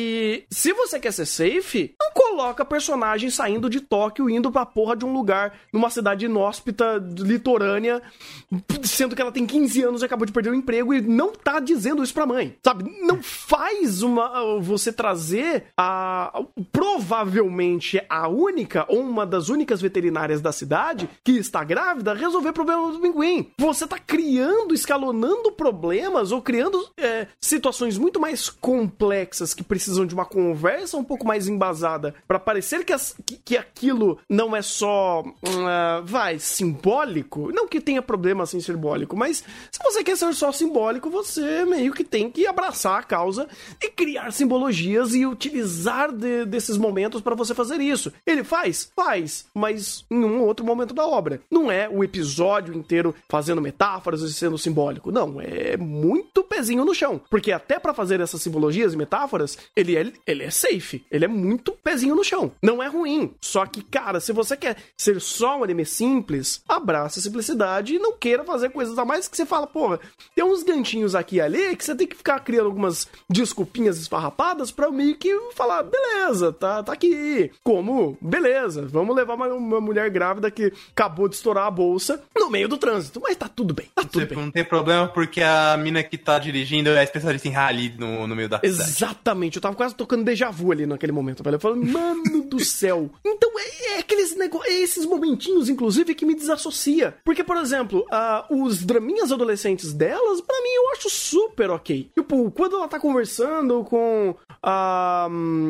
E se você quer ser safe, não coloca personagem saindo de Tóquio, indo pra porra de um lugar, numa cidade inóspita, litorânea, sendo que ela tem quinze anos e acabou de perder o emprego e não tá dizendo isso pra mãe, sabe? Não faz uma, você trazer a, provavelmente a única ou uma das únicas veterinárias da cidade que está grávida resolver problemas do pinguim. Você tá criando, escalonando problemas ou criando é, situações muito mais complexas que precisam de uma conversa um pouco mais embasada para parecer que, as, que, que aquilo não é só, uh, vai, simbólico. Não que tenha problema assim simbólico, mas se você quer ser só simbólico, você meio que tem que abraçar a causa e criar simbologias e utilizar de, desses momentos para você fazer isso. Ele faz? Faz, mas em um outro momento da obra. Não é o episódio inteiro fazendo metáforas e sendo simbólico. Não, é muito pezinho no chão. Porque até para fazer essas simbologias e metáforas, ele é, ele é safe. Ele é muito pezinho no chão. Não é ruim. Só que, cara, se você quer ser só um anime simples, abraça a simplicidade e não queira fazer coisas a mais que você fala, porra, tem uns ganchinhos aqui e ali que você tem que ficar criando algumas desculpinhas esfarrapadas pra meio que falar, beleza, tá, tá aqui. Como? Beleza, vamos levar uma, uma mulher grávida que acabou de estourar a bolsa no meio do trânsito. Mas tá tudo bem, tá tudo Você, bem. Não tem problema porque a mina que tá dirigindo é especialista em rally no, no meio da cidade. Exatamente, eu tava quase tocando déjà vu ali naquele momento, velho. Eu falei, mano do céu. Então é, é aqueles negócios, é esses momentinhos, inclusive, que me desassocia. Porque, por exemplo, uh, os draminhas adolescentes delas, pra mim, eu acho super ok. Tipo, quando ela tá conversando com a,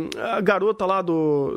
a garota lá do...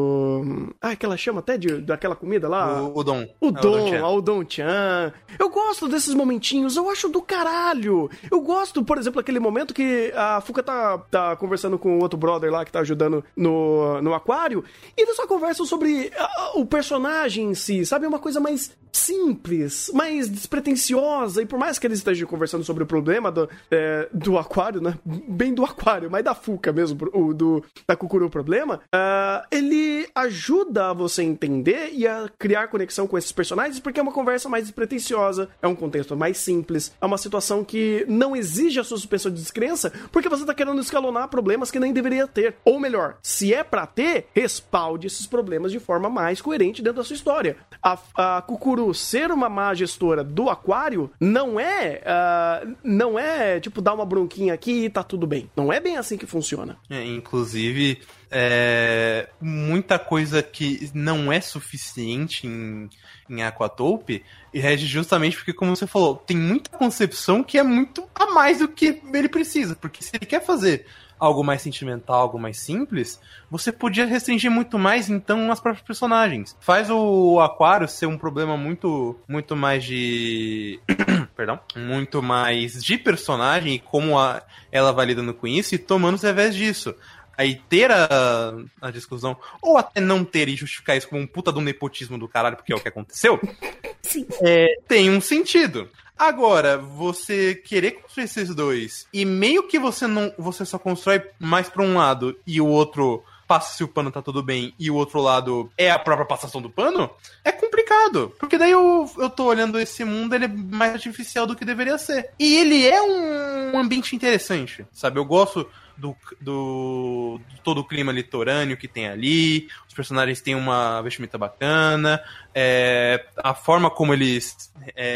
do ah, que ela chama até de, daquela comida lá? O, o Dom. O Dom, a o Dom Chan. Eu gosto desses momentinhos, eu acho do caralho. Eu gosto, por exemplo, aquele momento que a Fuka tá, tá conversando com o outro brother lá que tá ajudando no, no aquário, e eles só conversam sobre uh, o personagem em si, sabe? É uma coisa mais simples, mais despretensiosa, e por mais que eles estejam conversando sobre o problema do, é, do aquário, né? Bem do aquário, mas da Fuka mesmo, o do, da Kukuru o problema, uh, ele ajuda você a entender e a criar conexão com esses personagens, porque é uma conversa mais despretensiosa, é um contexto mais simples, é uma situação que não exige a sua suspensão de descrença, porque você tá querendo escalonar problemas que nem deveria ter. Ou melhor, se é pra ter, respalde esses problemas de forma mais coerente dentro da sua história. A, a Kukuru ser uma má gestora do Aquário não é, uh, não é, tipo, dar uma bronquinha aqui e tá tudo bem. Não é bem assim que funciona. É, inclusive, é, muita coisa que não é suficiente em, em Aquatope rege justamente porque, como você falou, tem muita concepção que é muito a mais do que ele precisa. Porque se ele quer fazer algo mais sentimental, algo mais simples, você podia restringir muito mais, então, as próprias personagens. Faz o Aquário ser um problema muito, muito mais de... Perdão? Muito mais de personagem e como a, ela vai lidando com isso e tomando os revés disso. Aí ter a, a discussão, ou até não ter e justificar isso como um puta do nepotismo do caralho, porque é o que aconteceu, Sim. É, tem um sentido. Agora, você querer construir esses dois e meio que você não, você só constrói mais pra um lado e o outro passa se o pano tá tudo bem e o outro lado é a própria passação do pano, é complicado. Porque daí eu, eu tô olhando esse mundo, ele é mais artificial do que deveria ser. E ele é um ambiente interessante, sabe? Eu gosto do, do, do todo o clima litorâneo que tem ali, os personagens têm uma vestimenta bacana, é, a forma como eles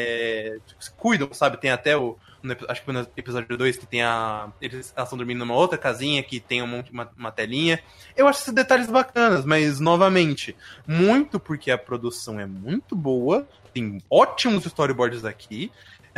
é, se cuidam, sabe? Tem até o acho que foi no episódio dois que tem a... Eles estão dormindo numa outra casinha que tem um monte, uma, uma telinha. Eu acho esses detalhes bacanas, mas, novamente, muito porque a produção é muito boa, tem ótimos storyboards aqui,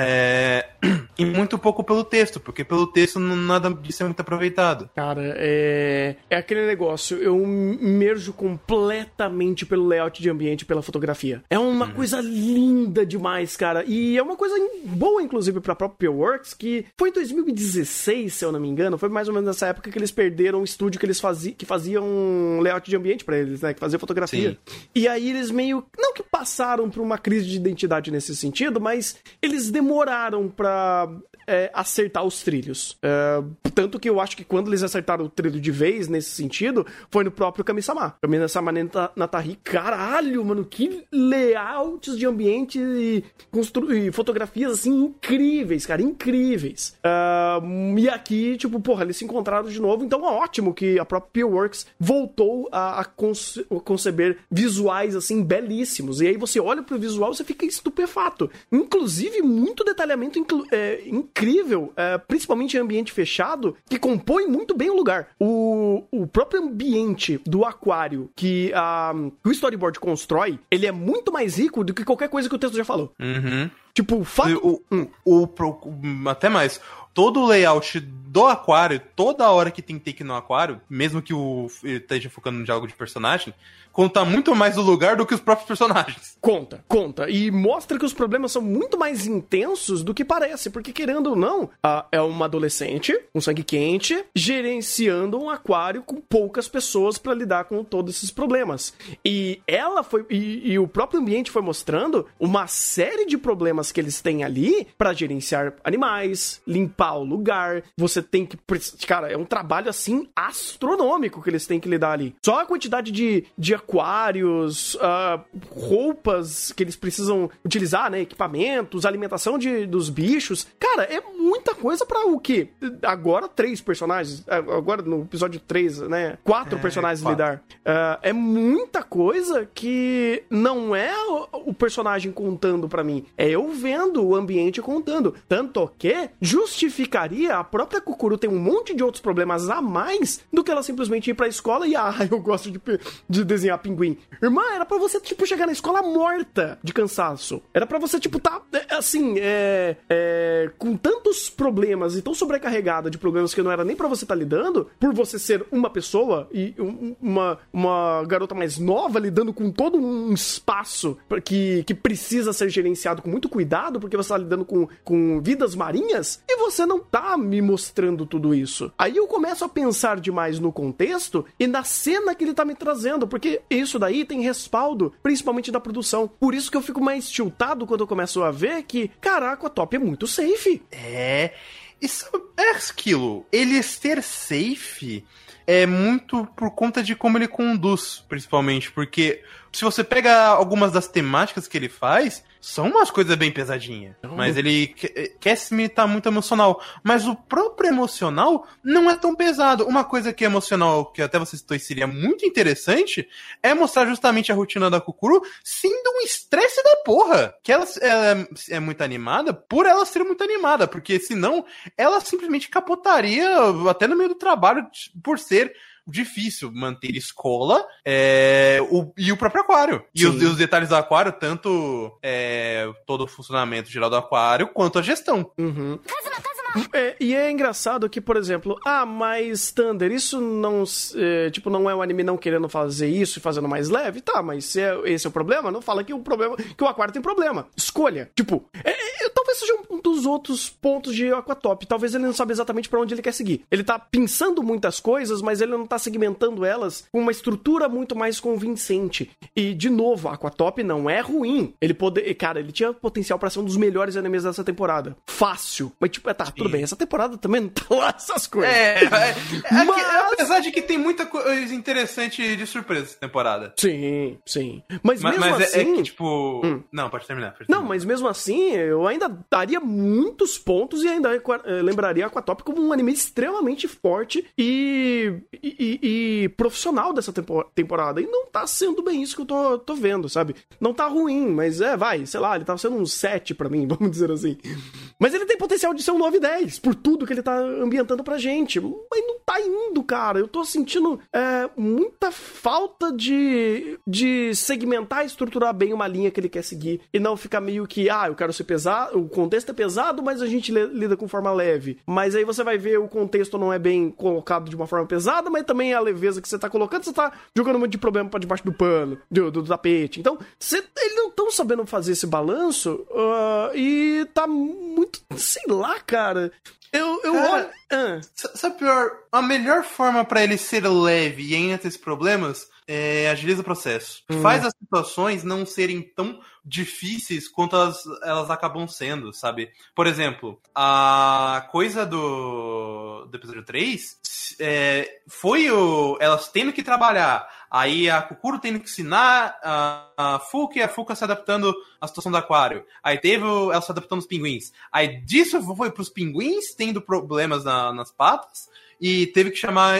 é... e muito pouco pelo texto, porque pelo texto nada disso é muito aproveitado. Cara, é... é aquele negócio, eu emerjo completamente pelo layout de ambiente, pela fotografia. É uma uhum. coisa linda demais, cara, e é uma coisa boa, inclusive, pra própria Works, que foi em dois mil e dezesseis, se eu não me engano, foi mais ou menos nessa época que eles perderam o estúdio que eles faziam, que faziam layout de ambiente pra eles, né, que fazia fotografia. Sim. E aí eles meio, não que passaram por uma crise de identidade nesse sentido, mas eles demoraram pra é, acertar os trilhos. É, tanto que eu acho que quando eles acertaram o trilho de vez, nesse sentido, foi no próprio Kami-sama. Kami-sama Natari, caralho, mano, que layouts de ambiente e, constru... e fotografias, assim, incríveis, cara, incríveis. Uh, e aqui, tipo, porra, eles se encontraram de novo, então é ótimo que a própria P-Works voltou a, a, conce... a conceber visuais, assim, belíssimos. E aí você olha pro visual e você fica estupefato. Inclusive, muito detalhamento inclu... é, incrível, é, principalmente em ambiente fechado, que compõe muito bem o lugar. O, o próprio ambiente do aquário que a, o storyboard constrói, ele é muito mais rico do que qualquer coisa que o texto já falou. Uhum. Tipo, o fato... O, hum. o, o, até mais, todo o layout do aquário, toda hora que tem take no aquário, mesmo que o ele esteja focando no diálogo de personagem, conta muito mais do lugar do que os próprios personagens. Conta, conta. E mostra que os problemas são muito mais intensos do que parece, porque querendo ou não, a, é uma adolescente, com sangue quente, gerenciando um aquário com poucas pessoas pra lidar com todos esses problemas. E ela foi, e, e o próprio ambiente foi mostrando uma série de problemas que eles têm ali pra gerenciar animais, limpar o lugar, você tem que... Cara, é um trabalho, assim, astronômico que eles têm que lidar ali. Só a quantidade de, de aquários, uh, roupas que eles precisam utilizar, né, equipamentos, alimentação de, dos bichos. Cara, é muita coisa pra o quê? Agora, três personagens. Agora, no episódio três, né, quatro é, personagens quatro. lidar. Uh, é muita coisa que não é o, o personagem contando pra mim. É eu vendo o ambiente contando. Tanto que justificaria a própria Kukuru ter um monte de outros problemas a mais do que ela simplesmente ir pra escola e, ah, eu gosto de, de desenhar pinguim. Irmã, era pra você, tipo, chegar na escola morta de cansaço. Era pra você, tipo, tá, assim, é, é, com tantos problemas e tão sobrecarregada de problemas que não era nem pra você tá lidando, por você ser uma pessoa e um, uma, uma garota mais nova lidando com todo um espaço que, que precisa ser gerenciado com muito cuidado, porque você tá lidando com, com vidas marinhas, e você não tá me mostrando tudo isso. Aí eu começo a pensar demais no contexto e na cena que ele tá me trazendo, porque isso daí tem respaldo, principalmente da produção. Por isso que eu fico mais tiltado quando eu começo a ver que, caraca, a Top é muito safe. É... Isso é aquilo. Ele ser safe é muito por conta de como ele conduz, principalmente, porque se você pega algumas das temáticas que ele faz, são umas coisas bem pesadinhas. Mas ele quer, quer se imitar muito emocional. Mas o próprio emocional não é tão pesado. Uma coisa que é emocional, que até você citou e seria muito interessante, é mostrar justamente a rotina da Kukuro sendo um estresse da porra. Que ela, ela é muito animada por ela ser muito animada. Porque senão ela simplesmente capotaria até no meio do trabalho por ser difícil manter escola é, o, e o próprio aquário. E os, e os detalhes do aquário, tanto é, todo o funcionamento geral do aquário, quanto a gestão. Uhum. É, e é engraçado que, por exemplo, ah, mas Thunder, isso não, é, tipo, não é um anime não querendo fazer isso e fazendo mais leve? Tá, mas se é, esse é o problema, não fala que o problema, que o aquário tem problema. Escolha. Tipo, é, é, talvez seja um dos outros pontos de Aquatop. Talvez ele não sabe exatamente pra onde ele quer seguir. Ele tá pensando muitas coisas, mas ele não tá segmentando elas com uma estrutura muito mais convincente. E, de novo, Aquatop não é ruim. Ele pode, cara, ele tinha potencial pra ser um dos melhores animes dessa temporada. Fácil. Mas, tipo, tá, tudo bem, essa temporada também não tá lá essas coisas. É, é, é mas... apesar de que tem muita coisa interessante de surpresa essa temporada. Sim, sim. Mas, mas mesmo mas assim... é, é que, tipo... Hum. Não, pode terminar, pode terminar. Não, mas mesmo assim, eu ainda daria muitos pontos e ainda lembraria Aquatop como um anime extremamente forte e, e, e profissional dessa temporada. E não tá sendo bem isso que eu tô, tô vendo, sabe? Não tá ruim, mas é, vai, sei lá, ele tá sendo um sete pra mim, vamos dizer assim. Mas ele tem potencial de ser um nove e dez, por tudo que ele tá ambientando pra gente. Mas não tá indo, cara. Eu tô sentindo é, muita falta de, de segmentar e estruturar bem uma linha que ele quer seguir. E não ficar meio que, ah, eu quero ser pesado, o contexto é pesado, mas a gente lida com forma leve. Mas aí você vai ver o contexto não é bem colocado de uma forma pesada, mas também a leveza que você tá colocando, você tá jogando um monte de problema pra debaixo do pano, do, do tapete. Então, você, eles não estão sabendo fazer esse balanço uh, e tá muito, sei lá, cara. Eu, eu cara, olho... Ah. Sabe pior? A melhor forma pra ele ser leve e ainda ter esses problemas é agiliza o processo. Hum. Faz as situações não serem tão difíceis quanto elas, elas acabam sendo, sabe? Por exemplo, a coisa do, do episódio três é, foi o, elas tendo que trabalhar, aí a Kukuro tendo que ensinar a, a Fuka e a Fuka se adaptando à situação do aquário. Aí teve o, ela se adaptando aos pinguins. Aí disso foi pros pinguins tendo problemas na, nas patas. E teve que chamar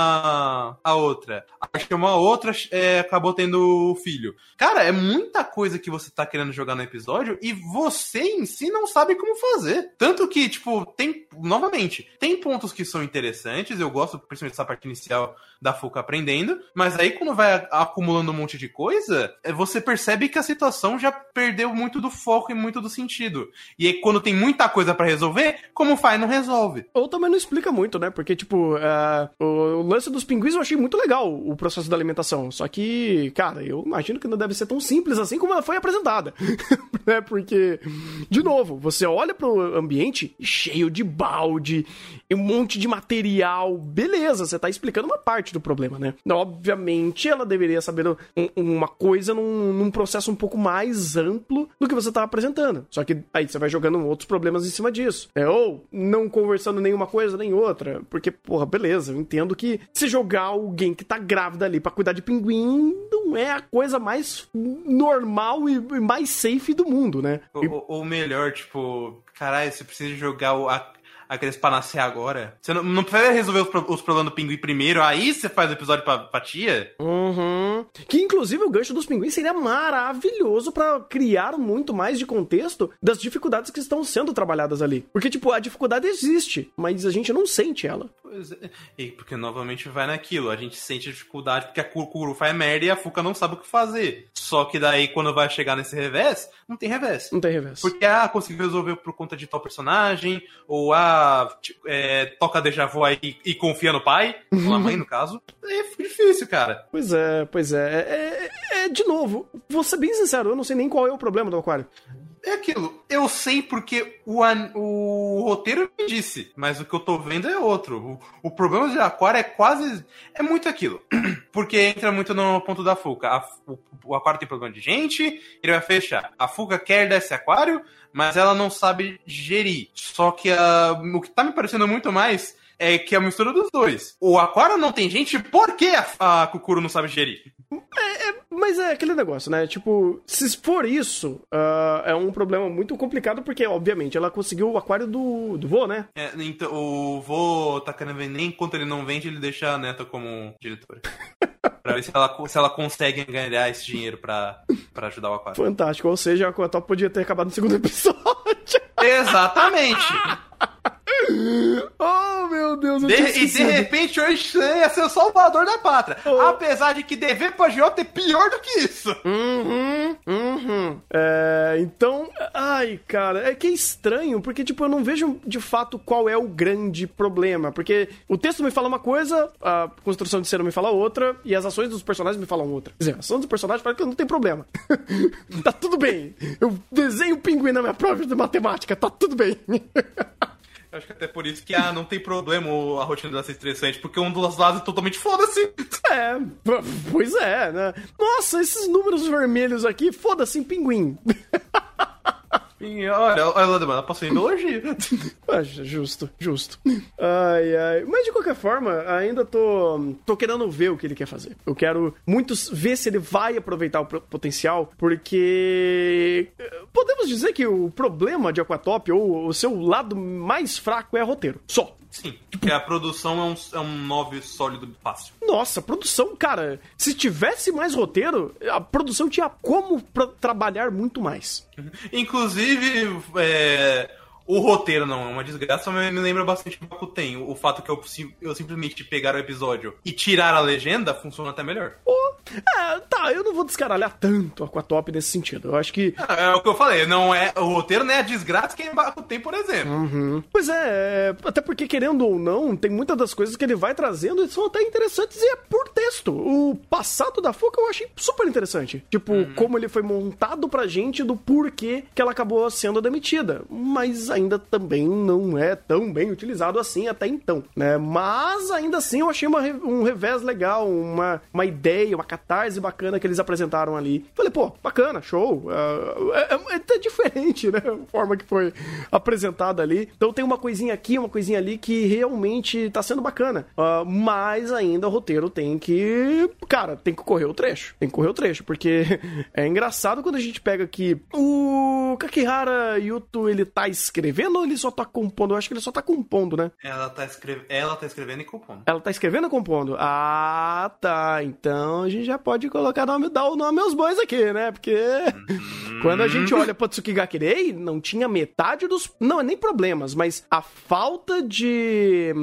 a, a outra. Aí chamou a outra, é, acabou tendo o filho. Cara, é muita coisa que você tá querendo jogar no episódio e você em si não sabe como fazer. Tanto que, tipo, tem, novamente, tem pontos que são interessantes. Eu gosto, principalmente dessa parte inicial da Fuka aprendendo. Mas aí, quando vai acumulando um monte de coisa, você percebe que a situação já perdeu muito do foco e muito do sentido. E aí, quando tem muita coisa pra resolver, como faz, não resolve. Ou também não explica muito, né? Porque, tipo, uh, o lance dos pinguins eu achei muito legal, o processo da alimentação. Só que, cara, eu imagino que não deve ser tão simples assim como ela foi apresentada. Né? Porque, de novo, você olha pro ambiente cheio de balde, um monte de material. Beleza, você tá explicando uma parte do problema, né? Obviamente, ela deveria saber um, uma coisa num, num processo um pouco mais amplo do que você tá apresentando. Só que aí você vai jogando outros problemas em cima disso. É, ou não conversando nenhuma coisa nem outra. Porque, porra, beleza, eu entendo que se jogar alguém que tá grávida ali pra cuidar de pinguim não é a coisa mais normal e mais safe do mundo, né? Ou, ou melhor, tipo, caralho, você precisa jogar o... A... aqueles panacea agora. Você não, não precisa resolver os, os problemas do pinguim primeiro, aí você faz o episódio pra, pra tia? Uhum. Que, inclusive, o gancho dos pinguins seria maravilhoso pra criar muito mais de contexto das dificuldades que estão sendo trabalhadas ali. Porque, tipo, a dificuldade existe, mas a gente não sente ela. Pois é. E porque, novamente, vai naquilo. A gente sente a dificuldade porque a Kukuro faz merda e a Fuka não sabe o que fazer. Só que daí, quando vai chegar nesse revés, não tem revés. Não tem revés. Porque, ah, conseguiu resolver por conta de tal personagem, ou, ah, é, toca déjà vu aí e confia no pai, ou na mãe, no caso. É difícil, cara. Pois é, pois é. É, é, é. De novo, vou ser bem sincero, eu não sei nem qual é o problema do aquário. É aquilo, eu sei porque o, an... o roteiro me disse, mas o que eu tô vendo é outro. O, o problema de aquário é quase... é muito aquilo. Porque entra muito no ponto da Fuka. A, o, o aquário tem problema de gente, ele vai fechar. A Fuka quer dar esse aquário, mas ela não sabe gerir. Só que a, o que tá me parecendo muito mais é que é a mistura dos dois. O aquário não tem gente, por que a, a Kukuro não sabe gerir? É, é, mas é aquele negócio, né? Tipo, se for isso, uh, é um problema muito complicado, porque, obviamente, ela conseguiu o aquário do, do vô, né? É, então, o vô tá querendo vender, enquanto ele não vende, ele deixa a neta como diretora. Pra ver se ela, se ela consegue ganhar esse dinheiro pra, pra ajudar o aquário. Fantástico, ou seja, a Aquatop podia ter acabado no segundo episódio. Exatamente! Oh, meu Deus, eu de, tinha E de esquecido. repente o Shan ia ser o salvador da pátria. Oh. Apesar de que dever pro agiota é pior do que isso. Uhum, uhum. É, então, ai, cara, é que é estranho, porque, tipo, eu não vejo de fato qual é o grande problema, porque o texto me fala uma coisa, a construção de cena me fala outra, e as ações dos personagens me falam outra. Quer dizer, a ação dos personagens fala que não tem problema. Tá tudo bem. Eu desenho o pinguim na minha prova de matemática, tá tudo bem. Eu acho que até por isso que ah, não tem problema a rotina dela ser estressante, porque um dos lados é totalmente foda-se. É, pois é, né? Nossa, esses números vermelhos aqui, foda-se, pinguim. E olha, olha, ela passou em biologia. Ah, justo, justo. Ai, ai. Mas de qualquer forma, ainda tô, tô querendo ver o que ele quer fazer. Eu quero muito ver se ele vai aproveitar o potencial, porque podemos dizer que o problema de Aquatop, ou o seu lado mais fraco, é roteiro. Só. Sim, porque a produção é um, é um nove sólido fácil. Nossa, produção, cara, se tivesse mais roteiro, a produção tinha como pra trabalhar muito mais. Inclusive, é, o roteiro não é uma desgraça, mas me lembra bastante do Bakuten. O fato que eu, eu simplesmente pegar o episódio e tirar a legenda funciona até melhor. Oh, é, tá, eu não vou descaralhar tanto a Aquatop nesse sentido. Eu acho que... É, é o que eu falei, não é, o roteiro não é a desgraça que é Bakuten, por exemplo. Uhum. Pois é, até porque, querendo ou não, tem muitas das coisas que ele vai trazendo e são até interessantes e é por texto. O passado da Fuka eu achei super interessante. Tipo, uhum. como ele foi montado pra gente do porquê que ela acabou sendo demitida. Mas ainda também não é tão bem utilizado assim até então, né? Mas ainda assim eu achei uma, um revés legal, uma, uma ideia, uma catarse bacana que eles apresentaram ali. Falei, pô, bacana, show. Uh, é, é até diferente, né? A forma que foi apresentada ali. Então tem uma coisinha aqui, uma coisinha ali que realmente tá sendo bacana. Uh, mas ainda o roteiro tem que... Cara, tem que correr o trecho. Tem que correr o trecho, porque é engraçado quando a gente pega aqui o Kakihara Yuto, ele tá escrevendo ou ele só tá compondo? Eu acho que ele só tá compondo, né? Ela tá, escreve... Ela tá escrevendo e compondo. Ela tá escrevendo e compondo? Ah, tá. Então a gente já pode colocar nome, dar o nome aos bois aqui, né? Porque uhum. quando a gente olha pra Tsukigakirei, não tinha metade dos... Não, é nem problemas, mas a falta de...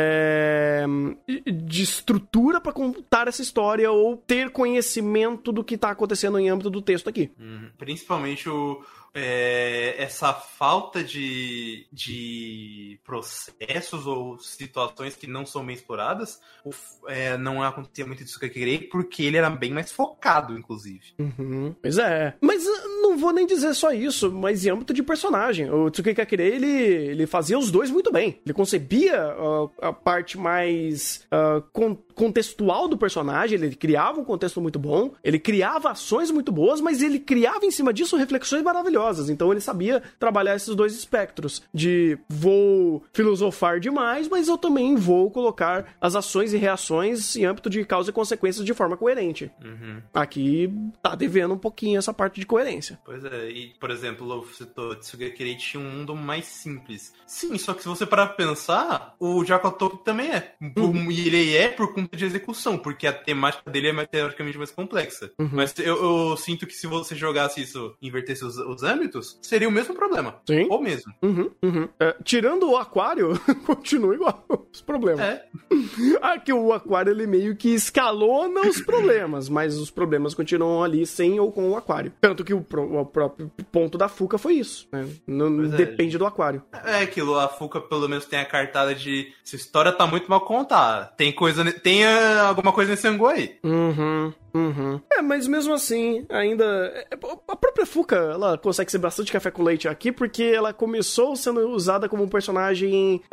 É, de estrutura pra contar essa história ou ter conhecimento do que tá acontecendo em âmbito do texto aqui. Uhum. Principalmente o... É, essa falta de, de processos ou situações que não são bem exploradas, é, não acontecia muito disso que eu queria, porque ele era bem mais focado, inclusive. Uhum. Pois é. Mas não vou nem dizer só isso, mas em âmbito de personagem. O Tsuki Kakirei, ele, ele fazia os dois muito bem. Ele concebia uh, a parte mais uh, con- contextual do personagem, ele criava um contexto muito bom, ele criava ações muito boas, mas ele criava em cima disso reflexões maravilhosas. Então ele sabia trabalhar esses dois espectros de vou filosofar demais, mas eu também vou colocar as ações e reações em âmbito de causa e consequências de forma coerente. Uhum. Aqui tá devendo um pouquinho essa parte de coerência. Pois é, e por exemplo, o citou Tsugakirei tinha um mundo mais simples. Sim, só que se você parar pra pensar, o Aquatop também é. Uhum. E ele é por conta de execução, porque a temática dele é teoricamente mais complexa. Uhum. Mas eu, eu sinto que se você jogasse isso, invertesse os, os âmbitos, seria o mesmo problema. Sim. Ou mesmo. Uhum, uhum. É, tirando o aquário, continua igual os problemas. É. Aqui o aquário, ele meio que escalona os problemas, mas os problemas continuam ali sem ou com o aquário. Tanto que o, pro, o próprio ponto da Fuka foi isso, né? Não, depende é. do aquário. É aquilo, a Fuka pelo menos tem a cartada de essa história tá muito mal contada. Tem coisa, tem uh, alguma coisa nesse angu aí. Uhum. Uhum. É, mas mesmo assim, ainda... A própria Fuka, ela consegue ser bastante café com leite aqui, porque ela começou sendo usada como um personagem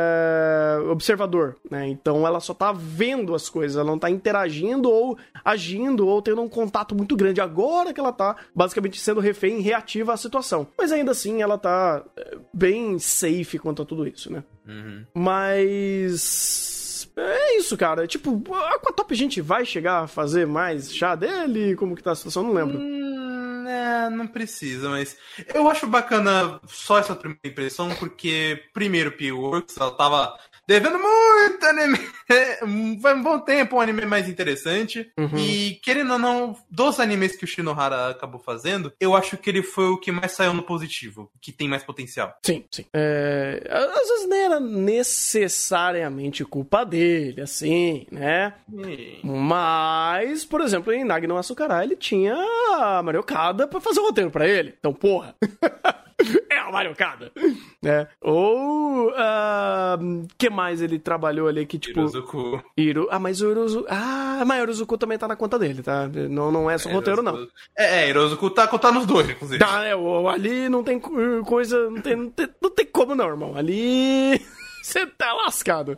é, observador, né? Então ela só tá vendo as coisas, ela não tá interagindo ou agindo ou tendo um contato muito grande. Agora que ela tá basicamente sendo refém e reativa à situação. Mas ainda assim, ela tá bem safe quanto a tudo isso, né? Uhum. Mas... é isso, cara. Tipo, a Aquatop a gente vai chegar a fazer mais chá dele? Como que tá a situação? Não lembro. Hum, é, não precisa, mas eu acho bacana só essa primeira impressão, porque, primeiro, P-Works, ela tava devendo muito anime. Foi um bom tempo, um anime mais interessante. Uhum. E, querendo ou não, dos animes que o Shinohara acabou fazendo, eu acho que ele foi o que mais saiu no positivo, que tem mais potencial. Sim, sim. É, às vezes não era necessariamente culpa dele, assim, né? Sim. Mas, por exemplo, em Nagi no Asukara, ele tinha a Mario Kada pra fazer o roteiro pra ele. Então, porra... É a Mario Kada, né? Ou uh, que mais ele trabalhou ali que tipo Hirozuku. Hiro... Ah, mas o Hirozuku... Ah, mas o Hirozuku também tá na conta dele, tá? Não, não é só é, roteiro, Hirozuku... não. É, é, Hirozuku tá contando os dois, inclusive. Tá, é, ali não tem coisa... Não tem, não tem, não tem como não, irmão. Ali... Você tá lascado.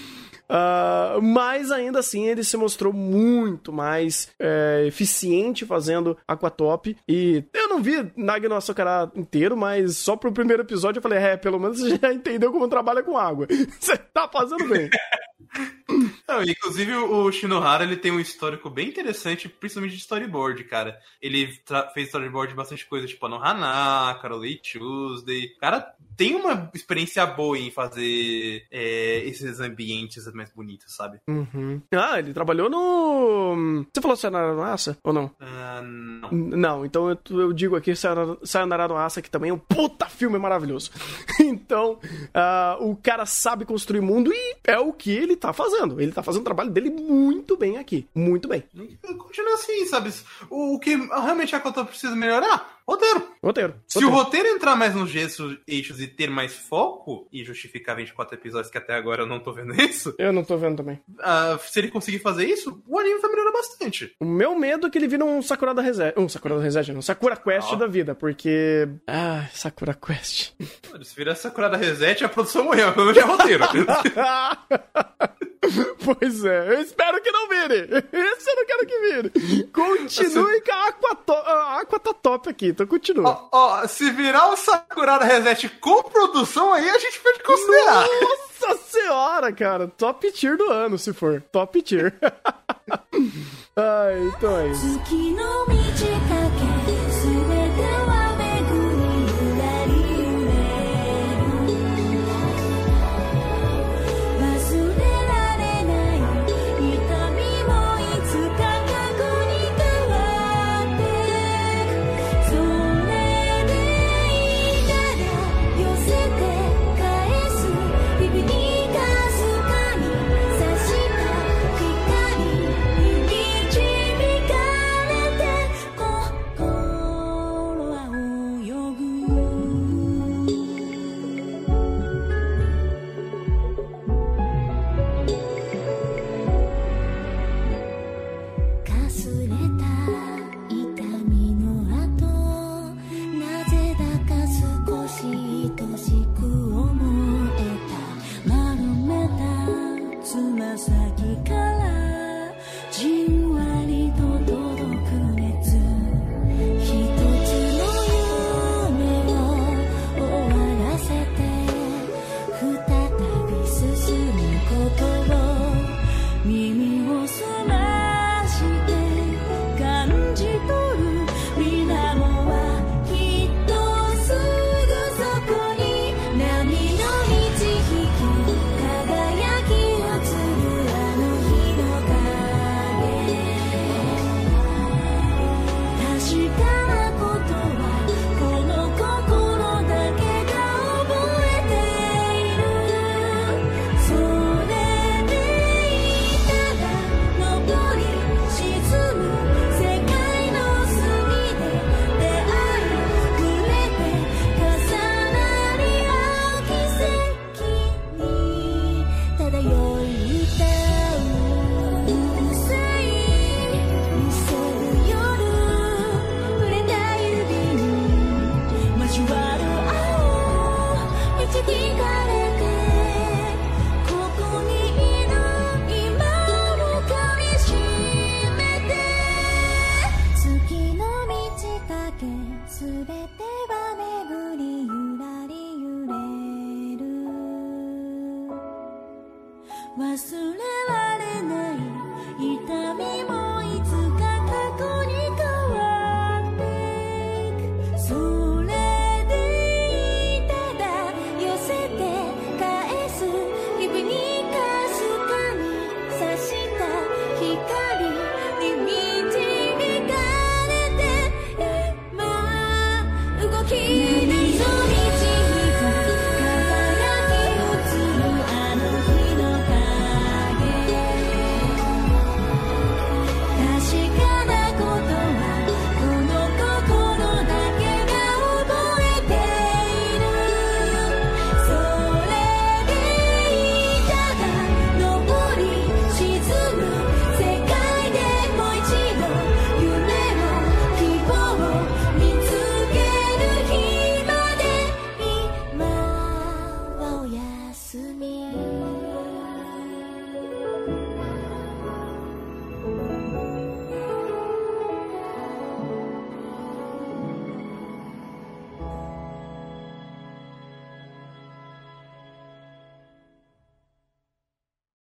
Uh, mas ainda assim ele se mostrou muito mais é, eficiente fazendo Aquatop. E eu não vi Nagi no Asukara inteiro, mas só pro primeiro episódio eu falei, é, pelo menos você já entendeu como trabalha com água. Você tá fazendo bem. Não, inclusive o Shinohara ele tem um histórico bem interessante, principalmente de storyboard, cara. Ele fez storyboard de bastante coisa, tipo Anohana, Carole Tuesday. O cara tem uma experiência boa em fazer é, esses ambientes mais bonitos, sabe? Uhum. Ah, ele trabalhou no... Você falou Sayonara no Asa, ou não? Uh, não. Não, então eu, eu digo aqui Sayonara no Asa, que também é um puta filme maravilhoso. Então, uh, o cara sabe construir mundo e é o que ele tá fazendo. Ele tá fazendo o trabalho dele muito bem aqui. Muito bem. Continua assim, sabe? O, o que realmente a Aquatop precisa melhorar? Roteiro. Roteiro. Se roteiro. o roteiro entrar mais nos eixos e ter mais foco e justificar vinte e quatro episódios, que até agora eu não tô vendo isso. Eu não tô vendo também. Uh, se ele conseguir fazer isso, o anime vai melhorar bastante. O meu medo é que ele vira um Sakura da Reset. Um Sakura da Reset, não. Um Sakura Quest oh. da vida, porque... Ah, Sakura Quest. Se virar Sakura da Reset, a produção morreu. Pelo menos é roteiro. Pois é, eu espero que não vire. Esse eu não quero que vire. Continue assim... com a Aquatop, a Aquatop aqui, então continua. Ó, ó, se virar o Sakura da Reset com produção, aí a gente pode considerar. Nossa senhora, cara. Top tier do ano, se for. Top tier. Ai, então é isso.